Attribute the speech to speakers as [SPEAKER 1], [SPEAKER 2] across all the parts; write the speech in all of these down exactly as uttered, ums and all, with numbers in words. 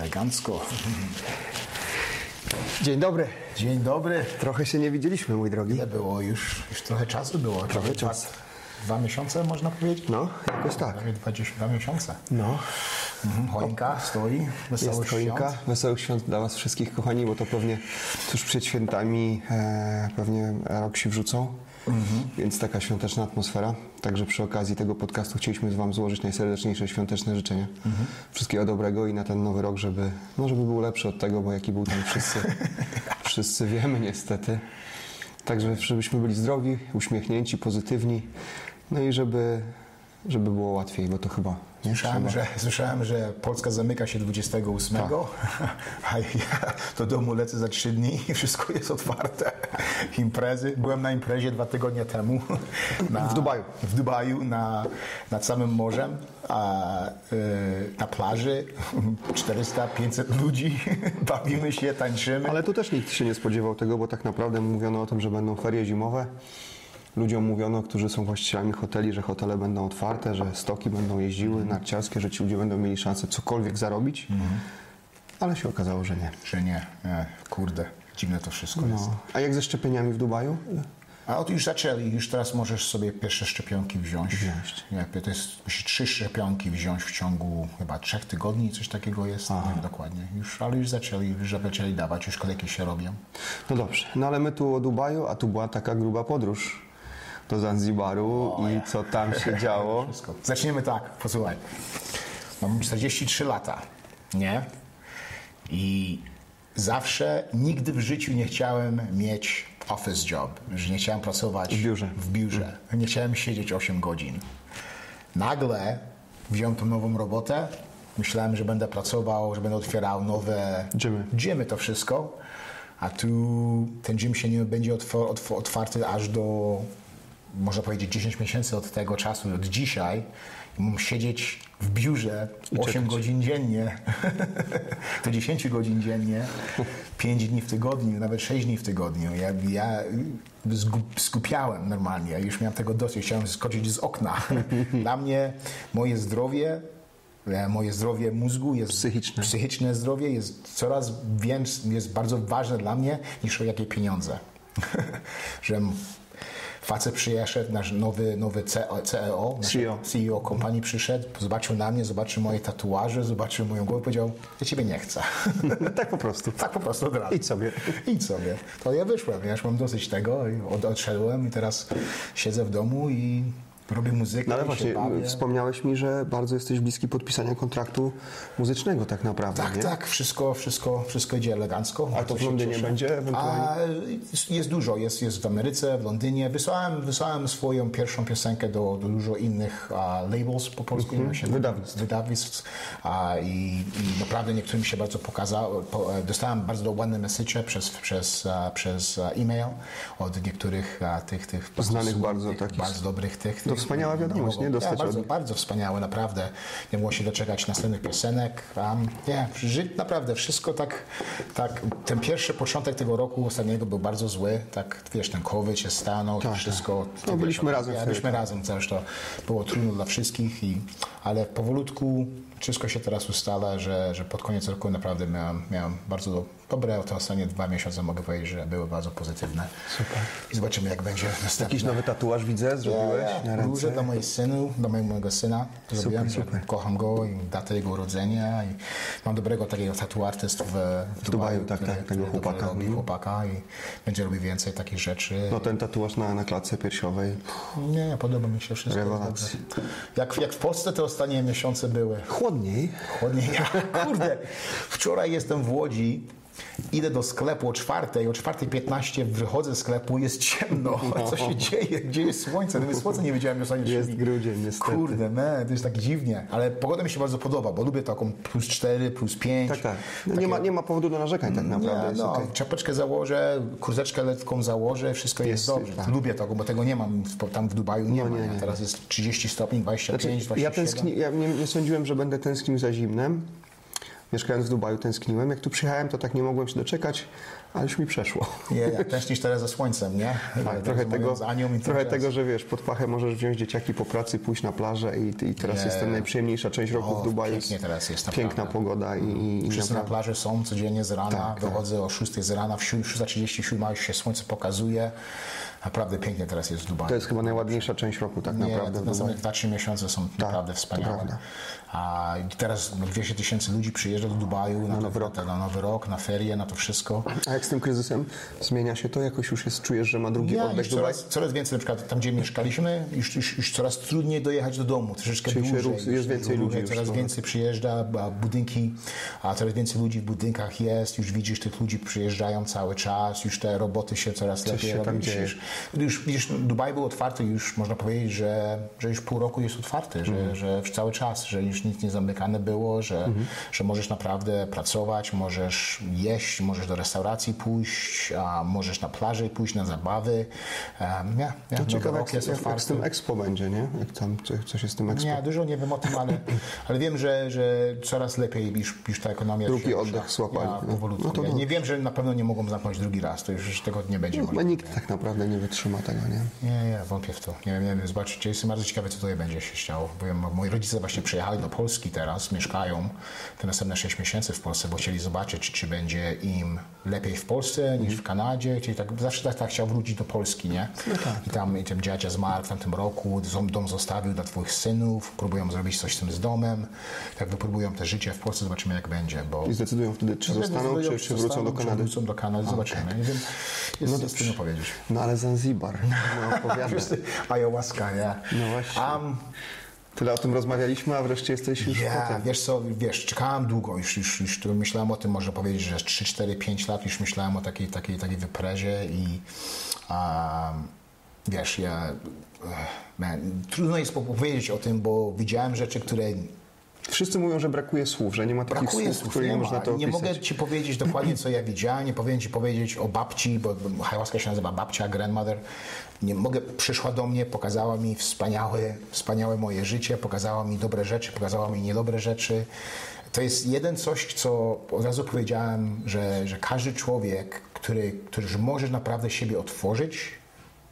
[SPEAKER 1] elegancko.
[SPEAKER 2] Dzień dobry.
[SPEAKER 1] Dzień dobry.
[SPEAKER 2] Trochę się nie widzieliśmy, mój drogi.
[SPEAKER 1] Ile było? Już, już trochę czasu było.
[SPEAKER 2] Trochę czasu.
[SPEAKER 1] Dwa, dwa miesiące można powiedzieć?
[SPEAKER 2] No, jakoś tak.
[SPEAKER 1] Prawie dwadzieścia dwa miesiące.
[SPEAKER 2] No.
[SPEAKER 1] Mhm, choinka stoi. Wesołych
[SPEAKER 2] Jest choinka.
[SPEAKER 1] świąt.
[SPEAKER 2] Wesołych świąt dla was wszystkich, kochani, bo to pewnie tuż przed świętami e, pewnie rok się wrzucą. Mhm. Więc taka świąteczna atmosfera. Także przy okazji tego podcastu chcieliśmy z wam złożyć najserdeczniejsze świąteczne życzenia. Mhm. Wszystkiego dobrego i na ten nowy rok, żeby, no, żeby był lepszy od tego, bo jaki był tam wszyscy, wszyscy wiemy niestety. Także żebyśmy byli zdrowi, uśmiechnięci, pozytywni. No i żeby, żeby było łatwiej, bo to chyba... Nie?
[SPEAKER 1] Słyszałem, że, słyszałem, że Polska zamyka się dwudziestego ósmego, tak. A ja do domu lecę za trzy dni i wszystko jest otwarte. Imprezy. Byłem na imprezie dwa tygodnie temu. Na,
[SPEAKER 2] w Dubaju.
[SPEAKER 1] W Dubaju, na, nad samym morzem, a, y, na plaży. czterysta pięćset ludzi. Bawimy się, tańczymy.
[SPEAKER 2] Ale tu też nikt się nie spodziewał tego, bo tak naprawdę mówiono o tym, że będą ferie zimowe. Ludziom mówiono, którzy są właścicielami hoteli, że hotele będą otwarte, że stoki będą jeździły narciarskie, że ci ludzie będą mieli szansę cokolwiek zarobić, mhm. ale się okazało, że nie.
[SPEAKER 1] Że nie. nie. Kurde, dziwne to wszystko
[SPEAKER 2] no.
[SPEAKER 1] jest.
[SPEAKER 2] A jak ze szczepieniami w Dubaju?
[SPEAKER 1] A od już zaczęli, już teraz możesz sobie pierwsze szczepionki wziąć.
[SPEAKER 2] wziąć.
[SPEAKER 1] Jakby to jest, musisz trzy szczepionki wziąć w ciągu chyba trzech tygodni, coś takiego jest, nie wiem dokładnie. Już, ale już zaczęli, już zaczęli dawać, już kolejki się robią.
[SPEAKER 2] No dobrze, no ale my tu o Dubaju, a tu była taka gruba podróż do Zanzibaru o, i ja. co tam się działo.
[SPEAKER 1] Wszystko. Zaczniemy tak, posłuchaj. Mam czterdzieści trzy lata, nie? I zawsze, nigdy w życiu nie chciałem mieć office job, że nie chciałem pracować
[SPEAKER 2] w biurze.
[SPEAKER 1] W biurze. Nie chciałem siedzieć osiem godzin. Nagle wziąłem tą nową robotę. Myślałem, że będę pracował, że będę otwierał nowe
[SPEAKER 2] gymy.
[SPEAKER 1] gymy, to wszystko. A tu ten gym się nie będzie otwarty aż do, można powiedzieć, dziesięć miesięcy od tego czasu, od dzisiaj. I mam siedzieć w biurze osiem godzin dziennie, do dziesięć godzin dziennie, pięć dni w tygodniu, nawet sześć dni w tygodniu. Ja, ja skupiałem normalnie, ja już miałem tego dosyć, chciałem skoczyć z okna. Dla mnie moje zdrowie, moje zdrowie mózgu jest
[SPEAKER 2] psychiczne,
[SPEAKER 1] psychiczne zdrowie jest coraz więcej, jest bardzo ważne dla mnie niż o jakie pieniądze. Że facet przyszedł, nasz nowy, nowy C E O,
[SPEAKER 2] C E O.
[SPEAKER 1] C E O kompanii przyszedł, zobaczył na mnie, zobaczył moje tatuaże, zobaczył moją głowę i powiedział, ja ciebie nie chcę.
[SPEAKER 2] Tak po prostu.
[SPEAKER 1] Tak po prostu od razu.
[SPEAKER 2] Idź sobie.
[SPEAKER 1] Idź sobie. To ja wyszłem, ja już mam dosyć tego i od, odszedłem i teraz siedzę w domu i robię muzykę.
[SPEAKER 2] No ale
[SPEAKER 1] i
[SPEAKER 2] właśnie,
[SPEAKER 1] się bawię.
[SPEAKER 2] wspomniałeś mi, że bardzo jesteś bliski podpisania kontraktu muzycznego tak naprawdę,
[SPEAKER 1] Tak,
[SPEAKER 2] nie?
[SPEAKER 1] tak, wszystko, wszystko, wszystko idzie elegancko.
[SPEAKER 2] A to w Londynie cieszę. będzie ewentualnie?
[SPEAKER 1] A, jest dużo, jest, jest w Ameryce, w Londynie. Wysłałem, wysłałem swoją pierwszą piosenkę do, do dużo innych a, labels po polsku. Mm-hmm. się
[SPEAKER 2] wydawnictw.
[SPEAKER 1] Wydawnictw. A, i, I naprawdę niektórym się bardzo pokazało. Po, dostałem bardzo ładne message przez, przez, a, przez e-mail od niektórych a, tych, tych
[SPEAKER 2] znanych bardzo takich.
[SPEAKER 1] Bardzo dobrych tych.
[SPEAKER 2] To wspaniała wiadomość, nie? Dostać
[SPEAKER 1] ja, bardzo,
[SPEAKER 2] od...
[SPEAKER 1] bardzo wspaniałe, naprawdę. Nie było się doczekać następnych piosenek. Um, nie, żyć naprawdę wszystko tak, tak. Ten pierwszy początek tego roku ostatniego był bardzo zły. Tak, wiesz, ten COVID się stanął, tak, wszystko.
[SPEAKER 2] Tak. No, byliśmy wiesz, razem.
[SPEAKER 1] Ja, byliśmy razem, zresztą było trudno dla wszystkich, i, ale powolutku wszystko się teraz ustala, że, że pod koniec roku naprawdę miałem, miałem bardzo dobre, te ostatnie dwa miesiące mogę powiedzieć, że były bardzo pozytywne.
[SPEAKER 2] Super.
[SPEAKER 1] I zobaczymy, jak będzie następny.
[SPEAKER 2] Jakiś nowy tatuaż widzę, zrobiłeś
[SPEAKER 1] ja, ja.
[SPEAKER 2] na ręce?
[SPEAKER 1] Róże dla mojego synu, dla mojego syna. To
[SPEAKER 2] super,
[SPEAKER 1] zrobiłem,
[SPEAKER 2] super.
[SPEAKER 1] Kocham go i datę jego urodzenia. I mam dobrego takiego tattoo artyst w, w,
[SPEAKER 2] w Dubaju, tak, który, tak, tego chłopaka.
[SPEAKER 1] Robi chłopaka i będzie robił więcej takich rzeczy.
[SPEAKER 2] No ten tatuaż na, na klatce piersiowej.
[SPEAKER 1] Nie, podoba mi się wszystko.
[SPEAKER 2] Rewelacja.
[SPEAKER 1] Jak, jak w Polsce te ostatnie miesiące były.
[SPEAKER 2] Chłodniej.
[SPEAKER 1] Chłodniej. Ja, kurde, wczoraj jestem w Łodzi. Idę do sklepu o czwartej, o czwartej piętnaście wychodzę z sklepu, jest ciemno. Co się dzieje? Gdzie jest słońce? Nawet słońca nie wiedziałem, że
[SPEAKER 2] jest grudzień, niestety.
[SPEAKER 1] Kurde, man, to jest tak dziwnie. Ale pogoda mi się bardzo podoba, bo lubię taką plus cztery, plus pięć.
[SPEAKER 2] Tak, tak. No takie... nie, ma, nie ma powodu do narzekań tak naprawdę.
[SPEAKER 1] Nie,
[SPEAKER 2] jest
[SPEAKER 1] no,
[SPEAKER 2] okay.
[SPEAKER 1] Czapeczkę założę, kurteczkę lekką założę, wszystko jest, jest dobrze. Tak. Lubię to, bo tego nie mam tam w Dubaju, nie no, ma. Nie, nie. Teraz jest trzydzieści stopni, dwadzieścia pięć,
[SPEAKER 2] znaczy,
[SPEAKER 1] dwadzieścia siedem.
[SPEAKER 2] Ja, tęskni, ja nie, nie sądziłem, że będę tęsknił za zimnem. mieszkając w Dubaju tęskniłem. Jak tu przyjechałem, to tak nie mogłem się doczekać, ale już mi przeszło.
[SPEAKER 1] Nie, ja tęsknisz teraz za słońcem, nie?
[SPEAKER 2] Tak, trochę tego,
[SPEAKER 1] z Anią i
[SPEAKER 2] trochę tego, że wiesz, pod pachę możesz wziąć dzieciaki po pracy, pójść na plażę i, i teraz
[SPEAKER 1] Nie.
[SPEAKER 2] jest ta najprzyjemniejsza część roku
[SPEAKER 1] O,
[SPEAKER 2] w Dubaju.
[SPEAKER 1] pięknie teraz jest,
[SPEAKER 2] Piękna
[SPEAKER 1] naprawdę.
[SPEAKER 2] pogoda i, i
[SPEAKER 1] Wszyscy na
[SPEAKER 2] naprawdę-
[SPEAKER 1] plaży są codziennie z rana,
[SPEAKER 2] Tak,
[SPEAKER 1] wychodzę o szóstej z rana, w szósta trzydzieści siedem już się słońce pokazuje. Naprawdę pięknie teraz jest w Dubaju.
[SPEAKER 2] To jest chyba najładniejsza część roku tak
[SPEAKER 1] Nie,
[SPEAKER 2] naprawdę w
[SPEAKER 1] następne
[SPEAKER 2] Dubaju.
[SPEAKER 1] dwa trzy miesiące są naprawdę
[SPEAKER 2] to
[SPEAKER 1] wspaniałe.
[SPEAKER 2] prawda.
[SPEAKER 1] A teraz no, dwieście tysięcy ludzi przyjeżdża do Dubaju na,
[SPEAKER 2] nowy
[SPEAKER 1] te-
[SPEAKER 2] rok.
[SPEAKER 1] na nowy rok, na ferie, na to wszystko.
[SPEAKER 2] A jak z tym kryzysem zmienia się to? Jakoś już jest, czujesz, że ma drugi
[SPEAKER 1] Ja,
[SPEAKER 2] oddech
[SPEAKER 1] już
[SPEAKER 2] Dubaj?
[SPEAKER 1] coraz, coraz więcej, na przykład tam, gdzie mieszkaliśmy, już, już, już coraz trudniej dojechać do domu, troszeczkę
[SPEAKER 2] Czyli się
[SPEAKER 1] dłużej.
[SPEAKER 2] ruch- jest więcej
[SPEAKER 1] Ruch-
[SPEAKER 2] ludzi już,
[SPEAKER 1] Coraz
[SPEAKER 2] no.
[SPEAKER 1] więcej przyjeżdża, a budynki, a coraz więcej ludzi w budynkach jest, już widzisz, tych ludzi przyjeżdżają cały czas, już te roboty się coraz lepiej
[SPEAKER 2] się tam
[SPEAKER 1] robią.
[SPEAKER 2] dzieje.
[SPEAKER 1] Już, już widzisz, Dubaj był otwarty już, można powiedzieć, że, że już pół roku jest otwarty, że,
[SPEAKER 2] Mhm.
[SPEAKER 1] że cały czas, że już nic nie zamykane było, że,
[SPEAKER 2] Mhm.
[SPEAKER 1] że możesz naprawdę pracować, możesz jeść, możesz do restauracji pójść, a możesz na plaży pójść, na zabawy. Um, nie, nie,
[SPEAKER 2] To
[SPEAKER 1] Nowy
[SPEAKER 2] ciekawe,
[SPEAKER 1] rok
[SPEAKER 2] jak,
[SPEAKER 1] jest
[SPEAKER 2] jak, jak z
[SPEAKER 1] otwarty.
[SPEAKER 2] tym Expo będzie, nie? Jak tam, co, co się z tym Expo...
[SPEAKER 1] Nie, dużo nie wiem o tym, ale, ale wiem, że, że coraz lepiej już, już ta ekonomia...
[SPEAKER 2] Drugi
[SPEAKER 1] się
[SPEAKER 2] oddech
[SPEAKER 1] rusza.
[SPEAKER 2] złapali,
[SPEAKER 1] Ja,
[SPEAKER 2] no.
[SPEAKER 1] powolutku.
[SPEAKER 2] No to
[SPEAKER 1] ja
[SPEAKER 2] dobrze.
[SPEAKER 1] nie wiem, że na pewno nie mogą zamknąć drugi raz, to już, już tego nie będzie.
[SPEAKER 2] Chyba nikt tak naprawdę nie wytrzyma tego, nie?
[SPEAKER 1] Nie, nie, wątpię w to. Nie wiem, nie wiem, zobaczycie, jestem bardzo ciekawy, co tutaj będzie się działo. Bo ja- moi rodzice właśnie przyjechali do Polski teraz, mieszkają te następne sześć miesięcy w Polsce, bo chcieli zobaczyć, czy będzie im lepiej w Polsce niż w Kanadzie. Czyli tak, zawsze tak, tak chciał wrócić do Polski, nie? I tam i ten dziadzia zmarł w tamtym roku, dom, dom zostawił dla dwóch synów, próbują zrobić coś z tym z domem. Tak wypróbują te życie w Polsce, zobaczymy jak będzie, bo...
[SPEAKER 2] I zdecydują wtedy, czy zostaną, czy, czy wrócą do Kanady.
[SPEAKER 1] Wrócą do Kanady, zobaczymy. Nie wiem, jest,
[SPEAKER 2] No
[SPEAKER 1] jest co mi powiedzieć.
[SPEAKER 2] No ale Zanzibar, no opowiadaj.
[SPEAKER 1] Ayahuasca, nie?
[SPEAKER 2] No właśnie.
[SPEAKER 1] Um,
[SPEAKER 2] Tyle o tym rozmawialiśmy, a wreszcie jesteś już
[SPEAKER 1] Ja,
[SPEAKER 2] potem.
[SPEAKER 1] wiesz co, wiesz, czekałem długo, już, już, już tu myślałem o tym, można powiedzieć, że trzy, cztery, pięć lat już myślałem o takiej, takiej, takiej wyprezie i um, wiesz, ja, man, trudno jest powiedzieć o tym, bo widziałem rzeczy, które
[SPEAKER 2] Wszyscy mówią, że brakuje słów, że nie ma takich
[SPEAKER 1] brakuje
[SPEAKER 2] słów,
[SPEAKER 1] słów,
[SPEAKER 2] którymi
[SPEAKER 1] nie,
[SPEAKER 2] można
[SPEAKER 1] ma.
[SPEAKER 2] to
[SPEAKER 1] nie
[SPEAKER 2] opisać.
[SPEAKER 1] mogę ci powiedzieć dokładnie, co ja widziałem, nie powiem ci powiedzieć o babci, bo bo ayahuasca się nazywa babcia, grandmother. Nie mogę, przyszła do mnie, pokazała mi wspaniałe, wspaniałe moje życie, pokazała mi dobre rzeczy, pokazała mi niedobre rzeczy. To jest jeden coś, co od razu powiedziałem, że, że każdy człowiek, który, który może naprawdę siebie otworzyć,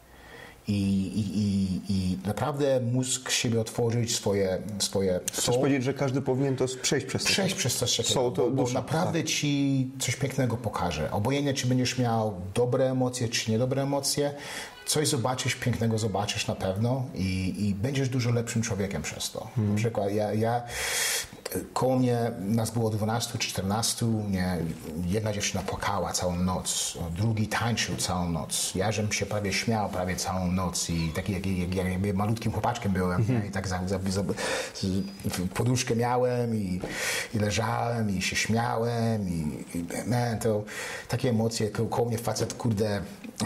[SPEAKER 1] i, i, i, i naprawdę mózg siebie otworzyć, swoje, swoje
[SPEAKER 2] Chcesz powiedzieć, że każdy powinien to przejść przez to?
[SPEAKER 1] przejść przez coś takiego,
[SPEAKER 2] Są to
[SPEAKER 1] bo, bo
[SPEAKER 2] duże-
[SPEAKER 1] naprawdę ci coś pięknego pokaże. Obojętnie, czy będziesz miał dobre emocje, czy niedobre emocje, coś zobaczysz, pięknego zobaczysz na pewno i, i będziesz dużo lepszym człowiekiem przez to.
[SPEAKER 2] Hmm.
[SPEAKER 1] Na przykład ja, ja koło mnie nas było dwanastu czy czternastu, nie, jedna dziewczyna płakała całą noc, drugi tańczył całą noc. Ja żem się prawie śmiał prawie całą noc i taki jak, jak, jak, jakby malutkim chłopaczkiem byłem, nie? I tak za, za, za, z- poduszkę miałem i, i leżałem i się śmiałem i, i man, to takie emocje, ko- koło mnie facet, kurde,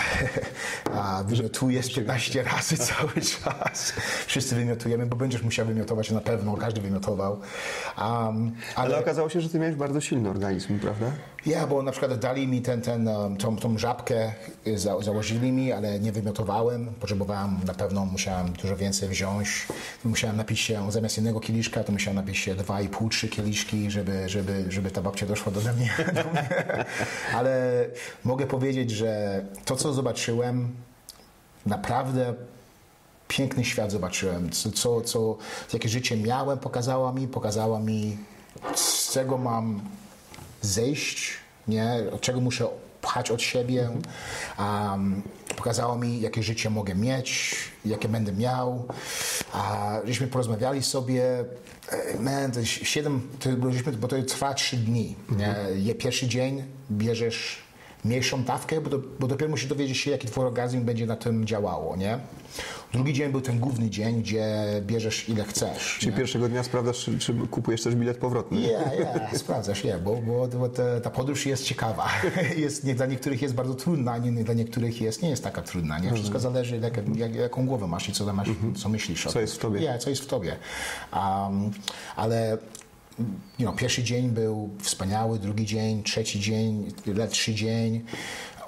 [SPEAKER 1] a wymiotuje z piętnaście razy cały czas. Wszyscy wymiotujemy, bo będziesz musiał wymiotować na pewno, każdy wymiotował. Um,
[SPEAKER 2] Ale
[SPEAKER 1] ale
[SPEAKER 2] okazało się, że ty miałeś bardzo silny organizm, prawda?
[SPEAKER 1] ja, bo na przykład dali mi ten, ten, um, tą, tą żabkę, y, za, założyli mi, ale nie wymiotowałem. Potrzebowałem, na pewno musiałem dużo więcej wziąć. Musiałem napić się, zamiast jednego kieliszka, to musiałem napić się dwa i pół, trzy kieliszki, żeby, żeby, żeby ta babcia doszła do mnie. Do mnie. Ale mogę powiedzieć, że to, co zobaczyłem, naprawdę piękny świat zobaczyłem. Co, co, co, jakie życie miałem, pokazała mi, pokazała mi, z czego mam zejść, nie? Od czego muszę pchać od siebie. Um, pokazała mi, jakie życie mogę mieć, jakie będę miał. A żeśmy porozmawiali sobie. e, Man, to jest siedem, to, byliśmy- bo to trwa trzy dni. Nie? Je, pierwszy dzień bierzesz mniejszą dawkę, bo, do, bo dopiero musisz dowiedzieć się, jaki twój organizm będzie na tym działało, nie? Drugi dzień był ten główny dzień, gdzie bierzesz ile chcesz.
[SPEAKER 2] Czyli
[SPEAKER 1] nie?
[SPEAKER 2] pierwszego dnia sprawdzasz, czy, czy kupujesz też bilet powrotny.
[SPEAKER 1] Nie, nie, sprawdzasz, nie, bo, bo, bo ta, ta podróż jest ciekawa. Jest, nie, dla niektórych jest bardzo trudna, nie, nie, dla niektórych jest, nie jest taka trudna. Nie? Wszystko zależy, jak, jak, jaką głowę masz i co, tam masz, co myślisz. o
[SPEAKER 2] Co
[SPEAKER 1] tym.
[SPEAKER 2] jest w tobie.
[SPEAKER 1] Nie, co jest w tobie. Um, ale you know, pierwszy dzień był wspaniały, drugi dzień, trzeci dzień, lepszy dzień.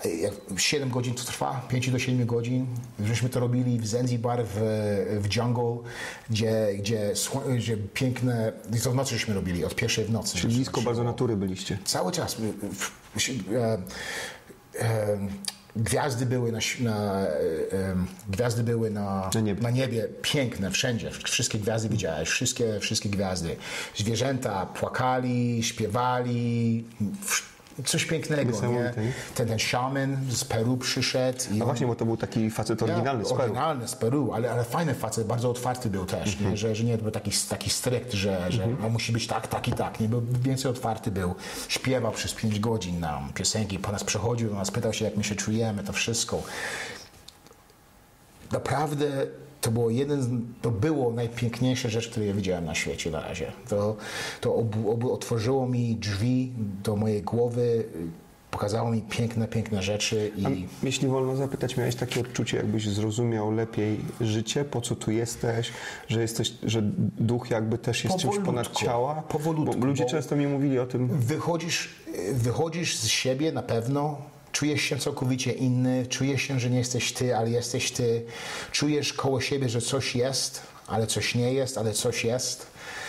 [SPEAKER 1] siedem godzin to trwa, pięć do siedmiu godzin. Żeśmy to robili w Zanzibar, w, w jungle, gdzie, gdzie, gdzie piękne, to w nocy żeśmy robili, od pierwszej w nocy.
[SPEAKER 2] Czyli blisko bardzo natury byliście.
[SPEAKER 1] Cały czas. E, e, Gwiazdy były na, na, e, gwiazdy były na,
[SPEAKER 2] na, niebie.
[SPEAKER 1] na niebie, piękne, wszędzie. Wszystkie gwiazdy widziałeś, wszystkie, wszystkie gwiazdy. Zwierzęta płakali, śpiewali, coś pięknego, nie? Ten, ten shaman z Peru przyszedł. I
[SPEAKER 2] A właśnie, bo to był taki facet oryginalny
[SPEAKER 1] ja,
[SPEAKER 2] z Peru.
[SPEAKER 1] Oryginalny z Peru, ale, ale fajny facet, bardzo otwarty był też, mm-hmm. nie? Że, że nie był taki, taki strict, że, że mm-hmm. no, musi być tak, tak i tak. Nie? Był więcej otwarty był. Śpiewał przez pięć godzin nam piosenki, po nas przechodził do nas, pytał się, jak my się czujemy, to wszystko. Naprawdę to było jeden, z, to było najpiękniejsza rzecz, którą ja widziałem na świecie na razie. To, to obu, obu otworzyło mi drzwi do mojej głowy, pokazało mi piękne, piękne rzeczy. I...
[SPEAKER 2] A jeśli wolno zapytać, miałeś takie odczucie, jakbyś zrozumiał lepiej życie, po co tu jesteś, że jesteś, że duch jakby też jest czymś ponad ciała?
[SPEAKER 1] Powolutku.
[SPEAKER 2] Bo ludzie bo często mi mówili o tym.
[SPEAKER 1] Wychodzisz, wychodzisz z siebie na pewno. Czujesz się całkowicie inny, czujesz się, że nie jesteś ty, ale jesteś ty. Czujesz koło siebie, że coś jest, ale coś nie jest, ale coś jest.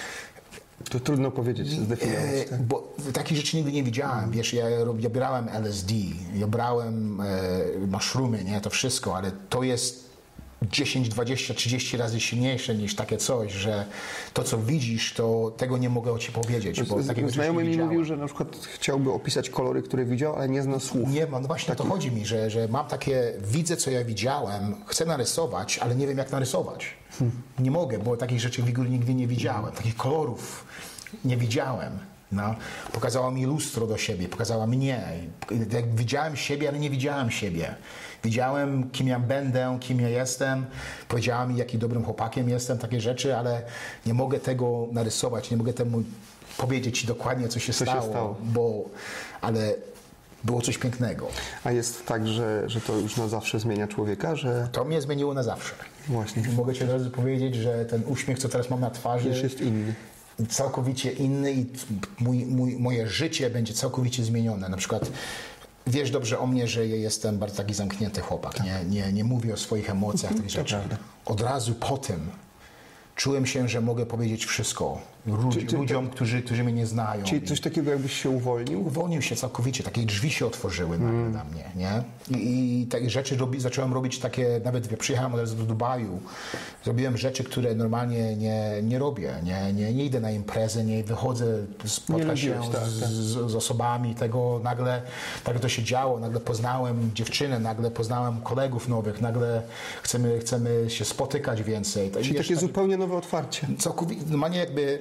[SPEAKER 2] To trudno powiedzieć, zdefiniować. Tak?
[SPEAKER 1] Bo takich rzeczy nigdy nie widziałem. Wiesz, ja, ja brałem L S D, ja brałem e, mushroomy, nie, to wszystko, ale to jest dziesięć, dwadzieścia, trzydzieści razy silniejsze niż takie coś, że to, co widzisz, to tego nie mogę ci powiedzieć. Bo
[SPEAKER 2] z, znajomy mi mówił, że na przykład chciałby opisać kolory, które widział, ale nie zna słów.
[SPEAKER 1] Nie mam, no właśnie o to chodzi mi, że, że mam takie, widzę, co ja widziałem, chcę narysować, ale nie wiem, jak narysować. Hmm. Nie mogę, bo takich rzeczy w ogóle nigdy nie widziałem, hmm. takich kolorów nie widziałem. No. Pokazała mi lustro do siebie, pokazała mnie. Jak widziałem siebie, ale nie widziałem siebie. Widziałem, kim ja będę, kim ja jestem. Powiedziała mi, jaki dobrym chłopakiem jestem, takie rzeczy, ale nie mogę tego narysować, nie mogę temu powiedzieć ci dokładnie, co się,
[SPEAKER 2] co
[SPEAKER 1] stało,
[SPEAKER 2] się stało,
[SPEAKER 1] bo, ale było coś pięknego.
[SPEAKER 2] A jest tak, że, że to już na zawsze zmienia człowieka, że...
[SPEAKER 1] To mnie zmieniło na zawsze.
[SPEAKER 2] Właśnie.
[SPEAKER 1] Mogę ci od razu powiedzieć, że ten uśmiech, co teraz mam na twarzy...
[SPEAKER 2] Już jest inny.
[SPEAKER 1] Całkowicie inny i mój, mój, moje życie będzie całkowicie zmienione. Na przykład wiesz dobrze o mnie, że ja jestem bardzo taki zamknięty chłopak. Tak. Nie, nie, nie mówię o swoich emocjach, tych rzeczy. Od razu po tym czułem się, że mogę powiedzieć wszystko Ludzi, czy, czy, ludziom, którzy, którzy mnie nie znają.
[SPEAKER 2] Czyli coś takiego, jakbyś się uwolnił?
[SPEAKER 1] Uwolnił się całkowicie. Takie drzwi się otworzyły mm. na mnie, nie? I, i takie rzeczy robi, zacząłem robić takie, nawet jak przyjechałem od razu do Dubaju, zrobiłem rzeczy, które normalnie nie, nie robię. Nie, nie, nie idę na imprezę, nie wychodzę, spotkać się z, tak, z, z osobami. Tego nagle, tak to się działo. Nagle poznałem dziewczynę, nagle poznałem kolegów nowych, nagle chcemy, chcemy się spotykać więcej.
[SPEAKER 2] Czyli wiesz, takie tak, zupełnie nowe otwarcie.
[SPEAKER 1] Całkowicie, normalnie jakby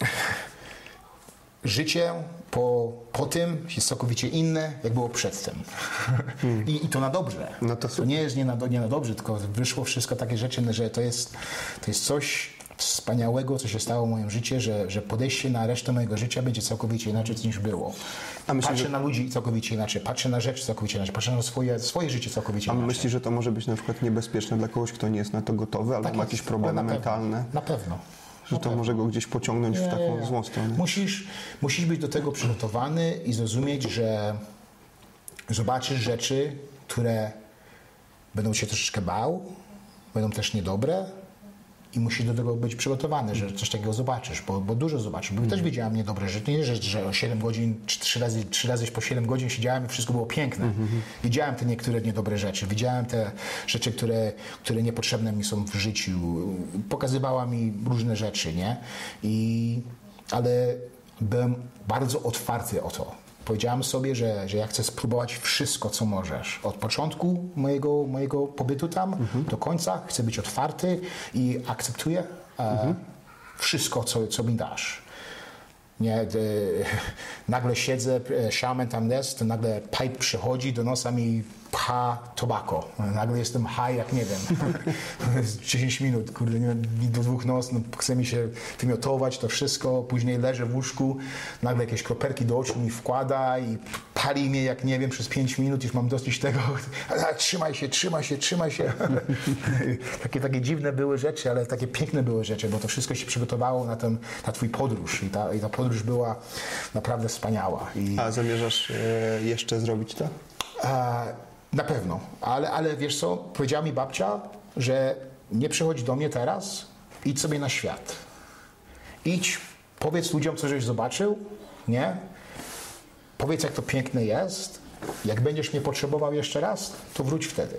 [SPEAKER 1] życie po, po tym jest całkowicie inne, jak było przedtem. Hmm. I, I to na dobrze.
[SPEAKER 2] No to,
[SPEAKER 1] to nie jest nie na, nie na dobrze, tylko wyszło wszystko takie rzeczy, że to jest, to jest coś wspaniałego, co się stało w moim życiu, że, że podejście na resztę mojego życia będzie całkowicie inaczej niż było. A myślisz, patrzę że... na ludzi całkowicie inaczej, patrzę na rzeczy całkowicie inaczej, patrzę na swoje, swoje życie całkowicie inaczej.
[SPEAKER 2] A myślisz, że to może być na przykład niebezpieczne dla kogoś, kto nie jest na to gotowy, albo tak ma jakieś problemy na mentalne?
[SPEAKER 1] Na pewno.
[SPEAKER 2] Że to może go gdzieś pociągnąć nie, w taką nie. złą stronę.
[SPEAKER 1] Musisz, musisz być do tego przygotowany i zrozumieć, że zobaczysz rzeczy, które będą cię troszeczkę bał, będą też niedobre i musisz do tego być przygotowany, że coś takiego zobaczysz, bo, bo dużo zobaczysz. Bo mm. też widziałem niedobre rzeczy. Nie, że, że o siedem godzin, czy trzy razy, trzy razy po siedem godzin siedziałem i wszystko było piękne. Mm-hmm. Widziałem te niektóre niedobre rzeczy. Widziałem te rzeczy, które, które niepotrzebne mi są w życiu. Pokazywała mi różne rzeczy, nie? I, ale byłem bardzo otwarty o to. Powiedziałem sobie, że, że ja chcę spróbować wszystko, co możesz. Od początku mojego, mojego pobytu tam mhm. do końca chcę być otwarty i akceptuję mhm. e, wszystko, co, co mi dasz. Nie, de, nagle siedzę, shaman tam jest, to nagle pipe przychodzi, do nosa mi pcha tobacco. Nagle jestem high, jak nie wiem. dziesięć minut, kurde, nie, do dwóch noc, no, chce mi się wymiotować to wszystko, później leżę w łóżku, nagle jakieś kropelki do oczu mi wkłada i pali mnie, jak nie wiem, przez pięć minut, już mam dosyć tego. Ale trzymaj się, trzymaj się, trzymaj się. takie, takie dziwne były rzeczy, ale takie piękne były rzeczy, bo to wszystko się przygotowało na, ten, na twój podróż i ta, i ta podróż była naprawdę wspaniała. I...
[SPEAKER 2] A zamierzasz e, jeszcze zrobić to?
[SPEAKER 1] A, Na pewno, ale, ale wiesz co, powiedziała mi babcia, że nie przychodź do mnie teraz, idź sobie na świat. Idź, powiedz ludziom, co żeś zobaczył, nie? Powiedz, jak to piękne jest. Jak będziesz mnie potrzebował jeszcze raz, to wróć wtedy.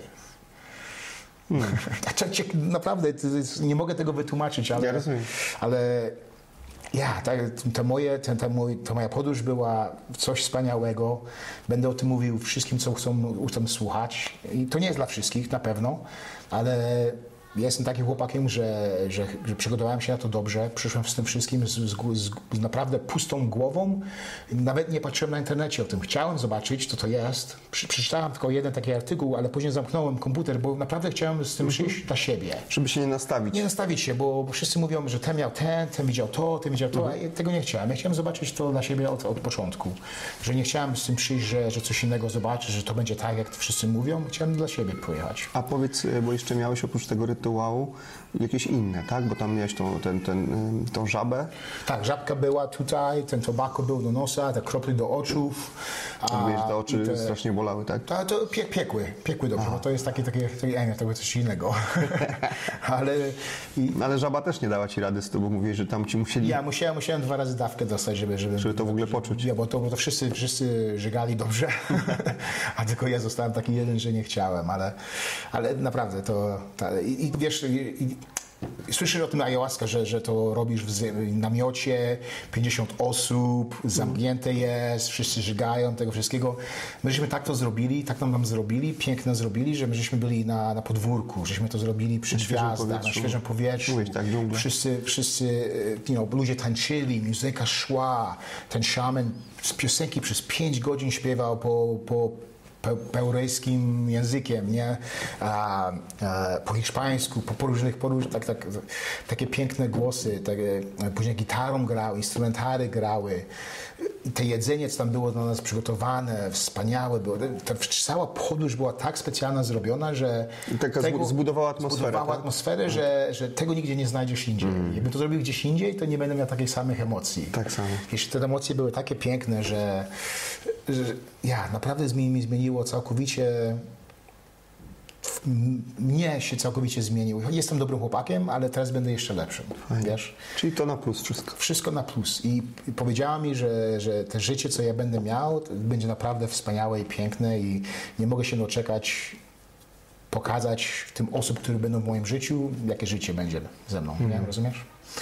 [SPEAKER 1] Hmm. Naprawdę, nie mogę tego wytłumaczyć, ale...
[SPEAKER 2] Ja rozumiem.
[SPEAKER 1] Ale ja, ta, ta, moje, ta, ta, mój, ta moja podróż była coś wspaniałego. Będę o tym mówił wszystkim, co chcą, chcą słuchać. I to nie jest dla wszystkich, na pewno, ale ja jestem takim chłopakiem, że, że, że przygotowałem się na to dobrze. Przyszłem z tym wszystkim z, z, z, z naprawdę pustą głową. Nawet nie patrzyłem na internecie o tym. Chciałem zobaczyć, co to jest. Przy, przeczytałem tylko jeden taki artykuł, ale później zamknąłem komputer, bo naprawdę chciałem z tym przyjść dla siebie.
[SPEAKER 2] Żeby się nie nastawić.
[SPEAKER 1] Nie nastawić się, bo, bo wszyscy mówią, że ten miał ten, ten widział to, ten widział to, mhm. a ja tego nie chciałem. Ja chciałem zobaczyć to dla siebie od, od początku. Że nie chciałem z tym przyjść, że, że coś innego zobaczyć, że to będzie tak, jak wszyscy mówią. Chciałem dla siebie pojechać.
[SPEAKER 2] A powiedz, bo jeszcze miałeś oprócz tego rytuału jakieś inne, tak? Bo tam miałeś tą, ten, ten, tą żabę.
[SPEAKER 1] Tak, żabka była tutaj, ten tobacco był do nosa, te krople do oczów.
[SPEAKER 2] A mówisz, te oczy te, strasznie bolały, tak?
[SPEAKER 1] To, to pie, piekły, piekły dobrze, bo to jest takie, takie, takie nie, to było coś innego. ale, i,
[SPEAKER 2] ale żaba też nie dała ci rady z tym, bo mówisz, że tam ci musieli...
[SPEAKER 1] Ja musiałem, musiałem dwa razy dawkę dostać, żeby... Żeby,
[SPEAKER 2] żeby to w ogóle poczuć.
[SPEAKER 1] Ja, bo to, bo to wszyscy, wszyscy żygali dobrze, a tylko ja zostałem taki jeden, że nie chciałem, ale, ale naprawdę to... Ta, i, i wiesz... I, Słyszysz o tym ayahuasca, że, że to robisz w namiocie, pięćdziesiąt osób, zamknięte jest, wszyscy żygają, tego wszystkiego. My żeśmy tak to zrobili, tak nam nam zrobili, pięknie zrobili, że my żeśmy byli na, na podwórku, żeśmy to zrobili przy gwiazdach, na świeżym powietrzu.
[SPEAKER 2] Mówisz, tak,
[SPEAKER 1] wszyscy, wszyscy you know, ludzie tańczyli, muzyka szła, ten szaman z piosenki przez pięć godzin śpiewał po, po peurejskim językiem, nie? A, a, po hiszpańsku, po, po różnych, po różnych tak, tak, takie piękne głosy, takie, później gitarą grały, instrumentary grały. Te jedzenie, co tam było dla nas przygotowane, wspaniałe było. Ta cała podróż była tak specjalna zrobiona, że
[SPEAKER 2] taka tego, zbudowała atmosferę,
[SPEAKER 1] zbudowała
[SPEAKER 2] tak?
[SPEAKER 1] atmosferę, że, że tego nigdzie nie znajdziesz indziej. Mm. Jakbym to zrobił gdzieś indziej, to nie będę miał takich samych emocji.
[SPEAKER 2] Tak samo.
[SPEAKER 1] Jeśli te emocje były takie piękne, że, że ja, naprawdę mi zmieniło całkowicie. Mnie się całkowicie zmienił. Jestem dobrym chłopakiem, ale teraz będę jeszcze lepszym. Wiesz?
[SPEAKER 2] Czyli to na plus wszystko.
[SPEAKER 1] Wszystko na plus. I powiedziała mi, że, że to życie, co ja będę miał, będzie naprawdę wspaniałe i piękne i nie mogę się doczekać pokazać tym osób, które będą w moim życiu, jakie życie będzie ze mną. Mm. Nie? Rozumiesz?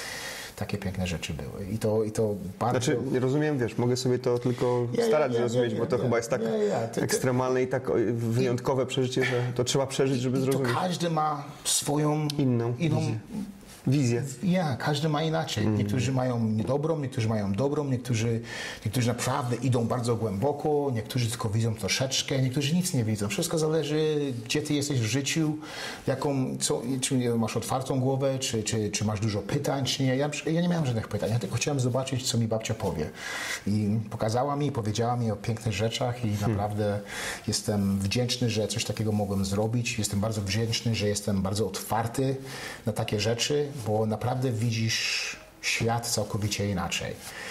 [SPEAKER 1] Takie piękne rzeczy były. I to, i to bardzo...
[SPEAKER 2] Znaczy, nie rozumiem, wiesz, mogę sobie to tylko ja, starać ja, ja,
[SPEAKER 1] ja,
[SPEAKER 2] zrozumieć,
[SPEAKER 1] ja,
[SPEAKER 2] bo to
[SPEAKER 1] ja,
[SPEAKER 2] chyba jest tak
[SPEAKER 1] ja, ja. Ty,
[SPEAKER 2] ekstremalne i tak wyjątkowe i, przeżycie, że to trzeba przeżyć, żeby
[SPEAKER 1] i
[SPEAKER 2] zrozumieć.
[SPEAKER 1] To każdy ma swoją
[SPEAKER 2] inną,
[SPEAKER 1] inną
[SPEAKER 2] wizję. Wizję.
[SPEAKER 1] Ja, każdy ma inaczej. Mm. Niektórzy mają niedobrą, niektórzy mają dobrą, niektórzy, niektórzy naprawdę idą bardzo głęboko, niektórzy tylko widzą troszeczkę, niektórzy nic nie widzą. Wszystko zależy, gdzie ty jesteś w życiu, jaką, co, czy masz otwartą głowę, czy, czy, czy masz dużo pytań, czy nie. Ja, ja nie miałem żadnych pytań, ja tylko chciałem zobaczyć, co mi babcia powie. I pokazała mi, powiedziała mi o pięknych rzeczach i naprawdę hmm. jestem wdzięczny, że coś takiego mogłem zrobić. Jestem bardzo wdzięczny, że jestem bardzo otwarty na takie rzeczy, bo naprawdę widzisz świat całkowicie inaczej.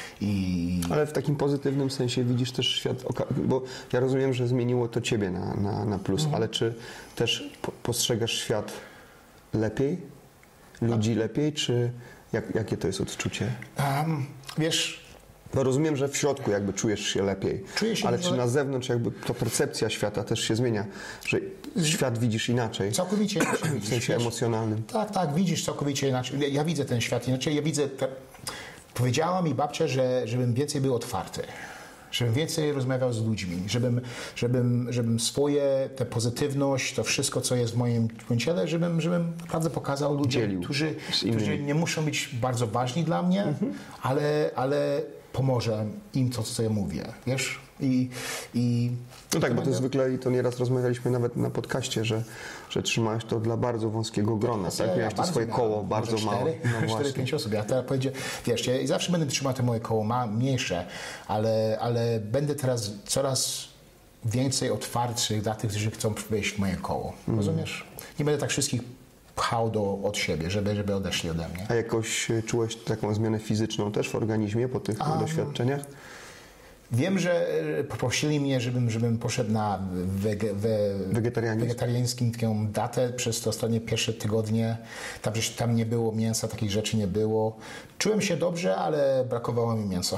[SPEAKER 1] I...
[SPEAKER 2] Ale w takim pozytywnym sensie widzisz też świat, bo ja rozumiem, że zmieniło to ciebie na, na, na plus, mhm. ale czy też postrzegasz świat lepiej? Ludzi A. lepiej? Czy jak, jakie to jest odczucie?
[SPEAKER 1] Um, wiesz...
[SPEAKER 2] Bo rozumiem, że w środku jakby czujesz się lepiej,
[SPEAKER 1] Czuję się
[SPEAKER 2] ale
[SPEAKER 1] że...
[SPEAKER 2] czy na zewnątrz jakby to percepcja świata też się zmienia, że świat widzisz inaczej?
[SPEAKER 1] Całkowicie inaczej
[SPEAKER 2] w sensie wiesz? emocjonalnym.
[SPEAKER 1] Tak, tak, widzisz całkowicie inaczej. Ja, ja widzę ten świat inaczej, ja widzę... Te... Powiedziała mi babcia, że, żebym więcej był otwarty, żebym więcej rozmawiał z ludźmi, żebym, żebym, żebym swoje, tę pozytywność, to wszystko, co jest w moim, w moim ciele, żebym, żebym naprawdę pokazał ludziom, którzy, którzy nie muszą być bardzo ważni dla mnie, mhm. ale, ale pomoże im to, co ja mówię, wiesz? I, i
[SPEAKER 2] no tak, bo to zwykle, i to nieraz rozmawialiśmy nawet na podcaście, że, że trzymałeś to dla bardzo wąskiego grona, tak?
[SPEAKER 1] Ja,
[SPEAKER 2] Miałeś
[SPEAKER 1] ja
[SPEAKER 2] to swoje
[SPEAKER 1] miałem,
[SPEAKER 2] koło bardzo
[SPEAKER 1] cztery,
[SPEAKER 2] małe. No
[SPEAKER 1] cztery pięć osób. Ja teraz powiedziałem, wiesz, ja zawsze będę trzymał te moje koło ma, mniejsze, ale, ale będę teraz coraz więcej otwartych dla tych, którzy chcą wejść w moje koło. Mm. Rozumiesz? Nie będę tak wszystkich pchał do, od siebie, żeby, żeby odeszli ode mnie.
[SPEAKER 2] A jakoś czułeś taką zmianę fizyczną też w organizmie po tych um, doświadczeniach?
[SPEAKER 1] Wiem, że poprosili mnie, żebym, żebym poszedł na wege, we, wegetariańską taką datę przez te ostatnie pierwsze tygodnie. Tam, tam nie było mięsa, takich rzeczy nie było. Czułem się dobrze, ale brakowało mi mięsa.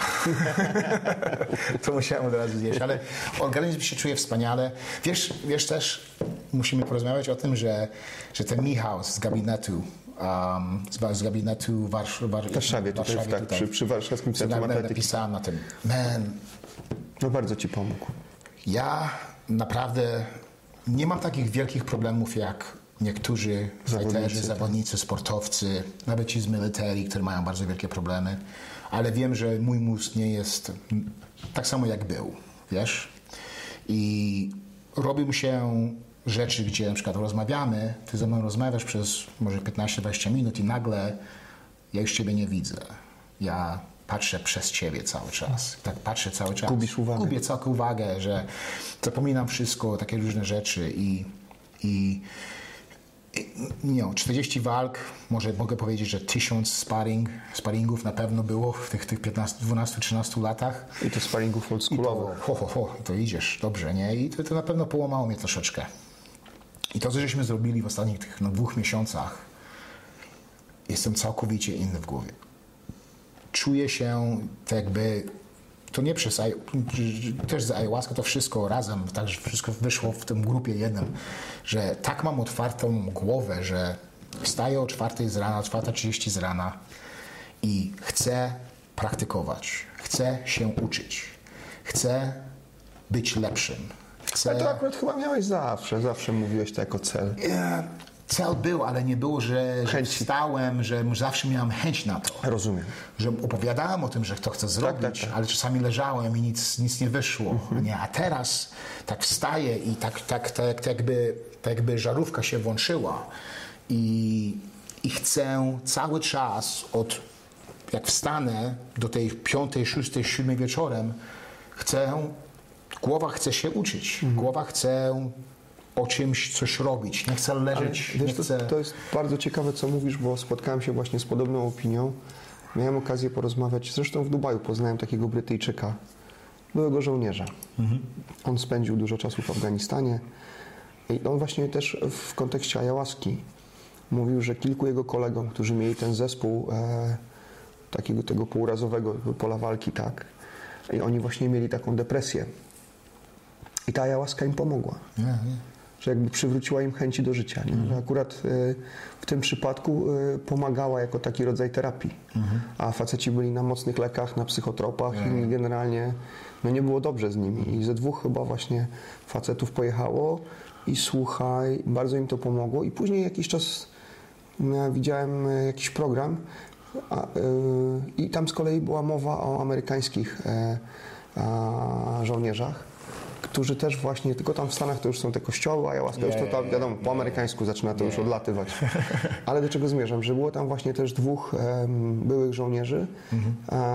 [SPEAKER 1] To musiałem od razu zjeść, ale organizm się czuje wspaniale. Wiesz, wiesz też, musimy porozmawiać o tym, że, że ten Michał z gabinetu, Um, z, z gabinetu Warsz, War,
[SPEAKER 2] w Warszawie, tutaj,
[SPEAKER 1] Warszawie
[SPEAKER 2] tak,
[SPEAKER 1] tutaj.
[SPEAKER 2] Przy, przy Warszawskim Centrum Atletyki.
[SPEAKER 1] Napisałem na tym. Man,
[SPEAKER 2] no bardzo ci pomógł.
[SPEAKER 1] Ja naprawdę nie mam takich wielkich problemów jak niektórzy fighterzy, zawodnicy, sportowcy, nawet ci z military, którzy mają bardzo wielkie problemy, ale wiem, że mój mózg nie jest tak samo jak był, wiesz? I robią się rzeczy, gdzie na przykład rozmawiamy, ty ze mną rozmawiasz przez może piętnaście dwadzieścia minut i nagle ja już ciebie nie widzę. Ja patrzę przez ciebie cały czas. Tak patrzę cały czas.
[SPEAKER 2] Gubisz uwagę.
[SPEAKER 1] Gubię całą uwagę, że zapominam wszystko, takie różne rzeczy i, i, i nie wiem, czterdzieści walk, może mogę powiedzieć, że tysiąc sparring, sparingów na pewno było w tych, tych piętnastu, dwunastu, trzynastu latach.
[SPEAKER 2] I to sparingów oldschoolowych.
[SPEAKER 1] Ho, ho, ho, to idziesz, dobrze, nie? I to, to na pewno połamało mnie troszeczkę. I to, co żeśmy zrobili w ostatnich tych no, dwóch miesiącach, jestem całkowicie inny w głowie. Czuję się tak jakby, to nie przez, też z ayahuasca, to wszystko razem, tak, że wszystko wyszło w tym grupie jednym, że tak mam otwartą głowę, że wstaję o czwartej z rana, czwarta trzydzieści z rana i chcę praktykować, chcę się uczyć, chcę być lepszym. Chcę...
[SPEAKER 2] Ale to akurat chyba miałeś zawsze, zawsze mówiłeś to jako cel.
[SPEAKER 1] Yeah. Cel był, ale nie było, że, że wstałem, że zawsze miałem chęć na to.
[SPEAKER 2] Rozumiem.
[SPEAKER 1] Że opowiadałem o tym, że to chcę zrobić, tak, tak, tak. ale czasami leżałem i nic, nic nie wyszło. Mhm. Nie? A teraz tak wstaję i tak, tak, tak, tak, jakby, tak jakby żarówka się włączyła i, i chcę cały czas od jak wstanę do tej piątej, szóstej, siódmej wieczorem, chcę, głowa chce się uczyć. Mhm. Głowa chce o czymś coś robić. Nie chcę leżeć.
[SPEAKER 2] Ale, wiesz,
[SPEAKER 1] nie chcę...
[SPEAKER 2] to, to jest bardzo ciekawe, co mówisz, bo spotkałem się właśnie z podobną opinią. Miałem okazję porozmawiać, zresztą w Dubaju poznałem takiego Brytyjczyka, byłego żołnierza. Mhm. On spędził dużo czasu w Afganistanie i on właśnie też w kontekście ayahuaski mówił, że kilku jego kolegom, którzy mieli ten zespół e, takiego tego półrazowego pola walki, tak, i oni właśnie mieli taką depresję. I ta ayahuaska im pomogła. Mhm. Że jakby przywróciła im chęci do życia. Nie? Mhm. Że akurat y, w tym przypadku y, pomagała jako taki rodzaj terapii. Mhm. A faceci byli na mocnych lekach, na psychotropach mhm. i generalnie no nie było dobrze z nimi. I ze dwóch chyba właśnie facetów pojechało i słuchaj, bardzo im to pomogło. I później jakiś czas ja widziałem y, jakiś program a, y, i tam z kolei była mowa o amerykańskich y, a, żołnierzach, którzy też właśnie, tylko tam w Stanach to już są te kościoły, a ayahuasca yeah, już to tam, wiadomo, po amerykańsku zaczyna to yeah. już odlatywać. Ale do czego zmierzam? Że było tam właśnie też dwóch um, byłych żołnierzy mm-hmm.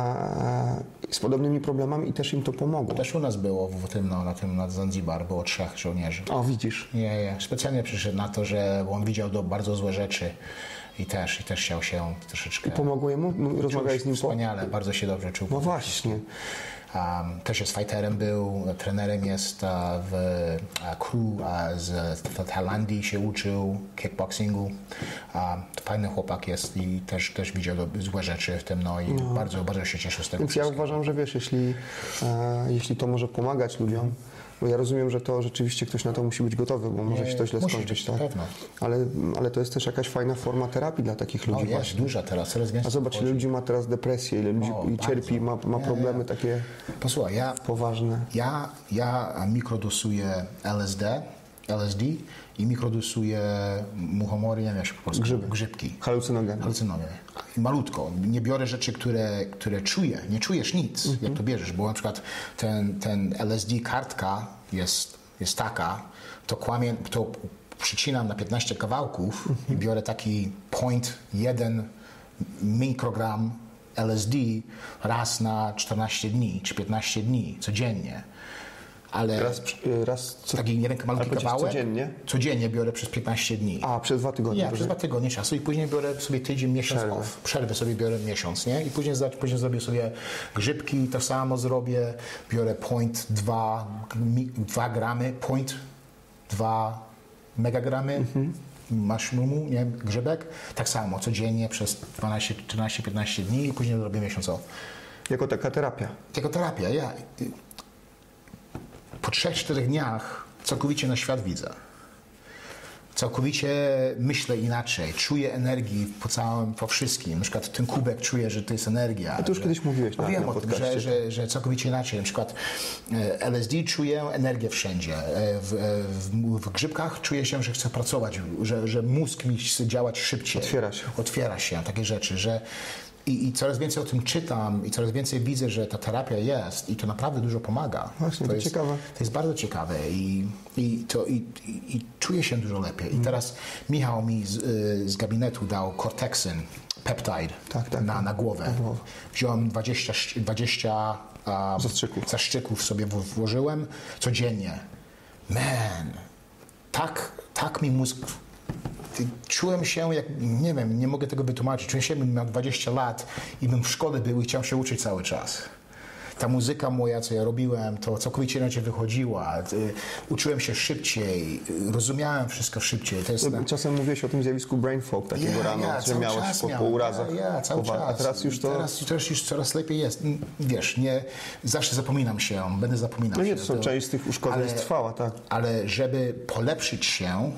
[SPEAKER 2] a, z podobnymi problemami i też im to pomogło.
[SPEAKER 1] Też u nas było w tym, no, na tym nad Zanzibar, było trzech żołnierzy.
[SPEAKER 2] O, widzisz.
[SPEAKER 1] Nie, nie. Specjalnie przyszedł na to, że on widział do bardzo złe rzeczy i też, i też chciał się troszeczkę...
[SPEAKER 2] I pomogło jemu? Rozmawiałeś z nim po?
[SPEAKER 1] Wspaniale, bardzo się dobrze czuł.
[SPEAKER 2] No właśnie.
[SPEAKER 1] Um, też jest fighterem był, trenerem jest uh, w uh, crew uh, z w Tajlandii się uczył kickboxingu. Um, fajny chłopak jest i też, też widział złe rzeczy w tym, no i no. bardzo, bardzo się cieszę z tego.
[SPEAKER 2] Więc ja uważam, że wiesz, jeśli, e, jeśli to może pomagać ludziom, bo ja rozumiem, że to rzeczywiście ktoś na to musi być gotowy, bo może się to źle skończyć, tak?
[SPEAKER 1] Pewno.
[SPEAKER 2] Ale, ale to jest też jakaś fajna forma terapii dla takich ludzi.
[SPEAKER 1] O, jest właśnie. Duża teraz, coraz więcej.
[SPEAKER 2] A zobacz, ile ludzi ma teraz depresję, ile ludzi o, cierpi, ma, ma problemy ja, ja. takie
[SPEAKER 1] Posłuchaj, ja,
[SPEAKER 2] poważne.
[SPEAKER 1] Ja, ja mikrodosuję L S D, L S D i mikrodosuję muchomory, nie wiem jak się po polsku,
[SPEAKER 2] Grzyby.
[SPEAKER 1] grzybki.
[SPEAKER 2] Halucynogeny.
[SPEAKER 1] Halucynogeny. Malutko. Nie biorę rzeczy, które, które czuję. Nie czujesz nic, mm-hmm. jak to bierzesz, bo na przykład ten, ten L S D kartka jest, jest taka, to kłamie, to przycinam na piętnaście kawałków mm-hmm. i biorę taki point jeden mikrogram L S D raz na czternaście dni czy piętnaście dni codziennie. ale
[SPEAKER 2] Raz, raz co,
[SPEAKER 1] taki nie wiem, malutki
[SPEAKER 2] ale
[SPEAKER 1] kawałek.
[SPEAKER 2] Codziennie?
[SPEAKER 1] Codziennie biorę przez piętnaście dni.
[SPEAKER 2] A, przez dwa tygodnie.
[SPEAKER 1] Nie, przez dwa tygodnie czasu i później biorę sobie tydzień, miesiąc
[SPEAKER 2] Przerwę.
[SPEAKER 1] off. Przerwę sobie biorę miesiąc, nie? I później, później zrobię sobie grzybki, to samo zrobię. Biorę point dwa gramy, point dwa megagramy mhm. mushroom, nie? Grzybek. Tak samo, codziennie przez dwanaście, czternaście, piętnaście dni i później robię miesiąc off.
[SPEAKER 2] Jako taka terapia.
[SPEAKER 1] Jako terapia, ja. Po trzech, czterech dniach całkowicie na świat widzę. Całkowicie myślę inaczej, czuję energii po całym, po wszystkim. Na przykład ten kubek czuję, że to jest energia.
[SPEAKER 2] A to już
[SPEAKER 1] że,
[SPEAKER 2] kiedyś mówiłeś na,
[SPEAKER 1] wiem
[SPEAKER 2] na
[SPEAKER 1] o tym,
[SPEAKER 2] podcaście.
[SPEAKER 1] że, że, że całkowicie inaczej. Na przykład L S D czuję energię wszędzie. W, w, w grzybkach czuję się, że chcę pracować, że, że mózg mi chce działać szybciej.
[SPEAKER 2] Otwiera się.
[SPEAKER 1] Otwiera się, takie rzeczy, że I, I coraz więcej o tym czytam i coraz więcej widzę, że ta terapia jest i to naprawdę dużo pomaga.
[SPEAKER 2] Właśnie,
[SPEAKER 1] to
[SPEAKER 2] to
[SPEAKER 1] jest
[SPEAKER 2] ciekawe.
[SPEAKER 1] To jest bardzo ciekawe i, i, to, i, i, i czuję się dużo lepiej. I teraz Michał mi z, z gabinetu dał Cortexin, peptide
[SPEAKER 2] tak, tak,
[SPEAKER 1] na, na głowę.
[SPEAKER 2] Na głowę.
[SPEAKER 1] Wziąłem dwadzieścia, dwadzieścia um,
[SPEAKER 2] zastrzyków.
[SPEAKER 1] zastrzyków sobie włożyłem codziennie. Man, tak, tak mi mózg... Czułem się jak, nie wiem, nie mogę tego wytłumaczyć. Czułem się, jakbym miał dwadzieścia lat i bym w szkole był i chciał się uczyć cały czas. Ta muzyka moja, co ja robiłem, to całkowicie inaczej wychodziła. Uczyłem się szybciej, rozumiałem wszystko szybciej. To jest
[SPEAKER 2] na... Czasem mówiłeś o tym zjawisku brain fog takiego
[SPEAKER 1] yeah,
[SPEAKER 2] rano,
[SPEAKER 1] yeah,
[SPEAKER 2] że miałeś po, po urazach.
[SPEAKER 1] Yeah, yeah, cały
[SPEAKER 2] po...
[SPEAKER 1] czas.
[SPEAKER 2] A teraz już to...
[SPEAKER 1] Teraz, teraz już coraz lepiej jest. Wiesz, nie, zawsze zapominam się, będę zapominał
[SPEAKER 2] No nie,
[SPEAKER 1] się.
[SPEAKER 2] to są to, część z tych uszkodzeń
[SPEAKER 1] ale,
[SPEAKER 2] jest trwała, tak.
[SPEAKER 1] Ale żeby polepszyć się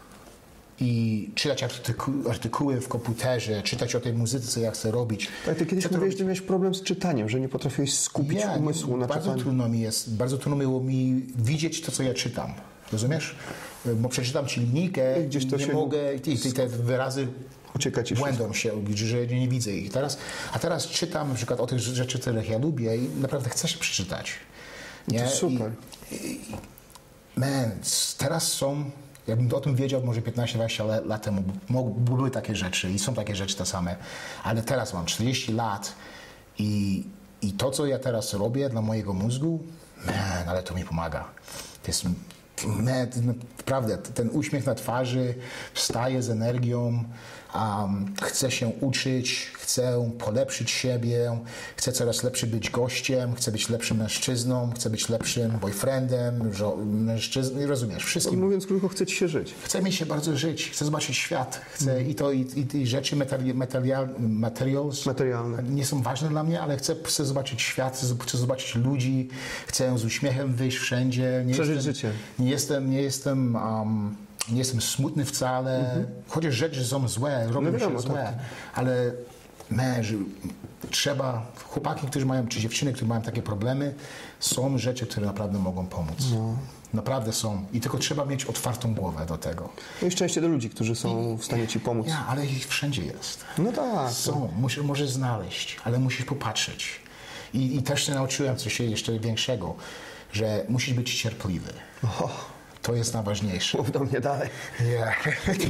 [SPEAKER 1] i czytać artyku- artykuły w komputerze, czytać o tej muzyce, co ja chcę robić.
[SPEAKER 2] Tak, ty kiedyś mówiłeś, że miałeś problem z czytaniem, że nie potrafiłeś skupić
[SPEAKER 1] ja,
[SPEAKER 2] umysłu na
[SPEAKER 1] bardzo
[SPEAKER 2] czytaniu.
[SPEAKER 1] Trudno mi jest, bardzo trudno było mi widzieć to, co ja czytam. Rozumiesz? Bo przeczytam ci linijkę i
[SPEAKER 2] gdzieś to
[SPEAKER 1] nie
[SPEAKER 2] się
[SPEAKER 1] mogę, i te wyrazy
[SPEAKER 2] ucieka ci
[SPEAKER 1] błędą się, że nie widzę ich. Teraz, a teraz czytam na przykład o tych rzeczy, których ja lubię i naprawdę chcę się przeczytać. Nie?
[SPEAKER 2] To super.
[SPEAKER 1] I, i, man, teraz są... Jakbym o tym wiedział może piętnaście dwadzieścia lat temu, były takie rzeczy i są takie rzeczy te same, ale teraz mam czterdzieści lat i, i to, co ja teraz robię dla mojego mózgu, man, ale to mi pomaga. To jest, man, naprawdę, ten uśmiech na twarzy, wstaję z energią, um, chcę się uczyć, chcę polepszyć siebie, chcę coraz lepszy być gościem, chcę być lepszym mężczyzną, chcę być lepszym boyfriendem, mężczyzną, rozumiesz, wszystkim.
[SPEAKER 2] Mówiąc krótko, chce ci się żyć.
[SPEAKER 1] Chce mi się bardzo żyć, chcę zobaczyć świat, chcę mm. i to i, i, i rzeczy materi- material, materials
[SPEAKER 2] materialne
[SPEAKER 1] nie są ważne dla mnie, ale chcę, chcę zobaczyć świat, chcę, chcę zobaczyć ludzi, chcę z uśmiechem wyjść wszędzie. Nie
[SPEAKER 2] Przeżyć
[SPEAKER 1] jestem,
[SPEAKER 2] życie.
[SPEAKER 1] Nie jestem, nie jestem um, nie jestem smutny wcale, mm-hmm. chociaż rzeczy są złe, robią no wiadomo, się złe, tak. ale męż, trzeba, chłopaki, którzy mają, czy dziewczyny, które mają takie problemy, są rzeczy, które naprawdę mogą pomóc. No. Naprawdę są. I tylko trzeba mieć otwartą głowę do tego.
[SPEAKER 2] No i szczęście do ludzi, którzy są
[SPEAKER 1] I,
[SPEAKER 2] w stanie ci pomóc.
[SPEAKER 1] Ja, ale ich wszędzie jest.
[SPEAKER 2] No tak.
[SPEAKER 1] Są. Musisz, możesz znaleźć, ale musisz popatrzeć. I, i też się nauczyłem coś jeszcze większego, że musisz być cierpliwy. Oh. To jest najważniejsze.
[SPEAKER 2] Mów do mnie dalej.
[SPEAKER 1] Yeah.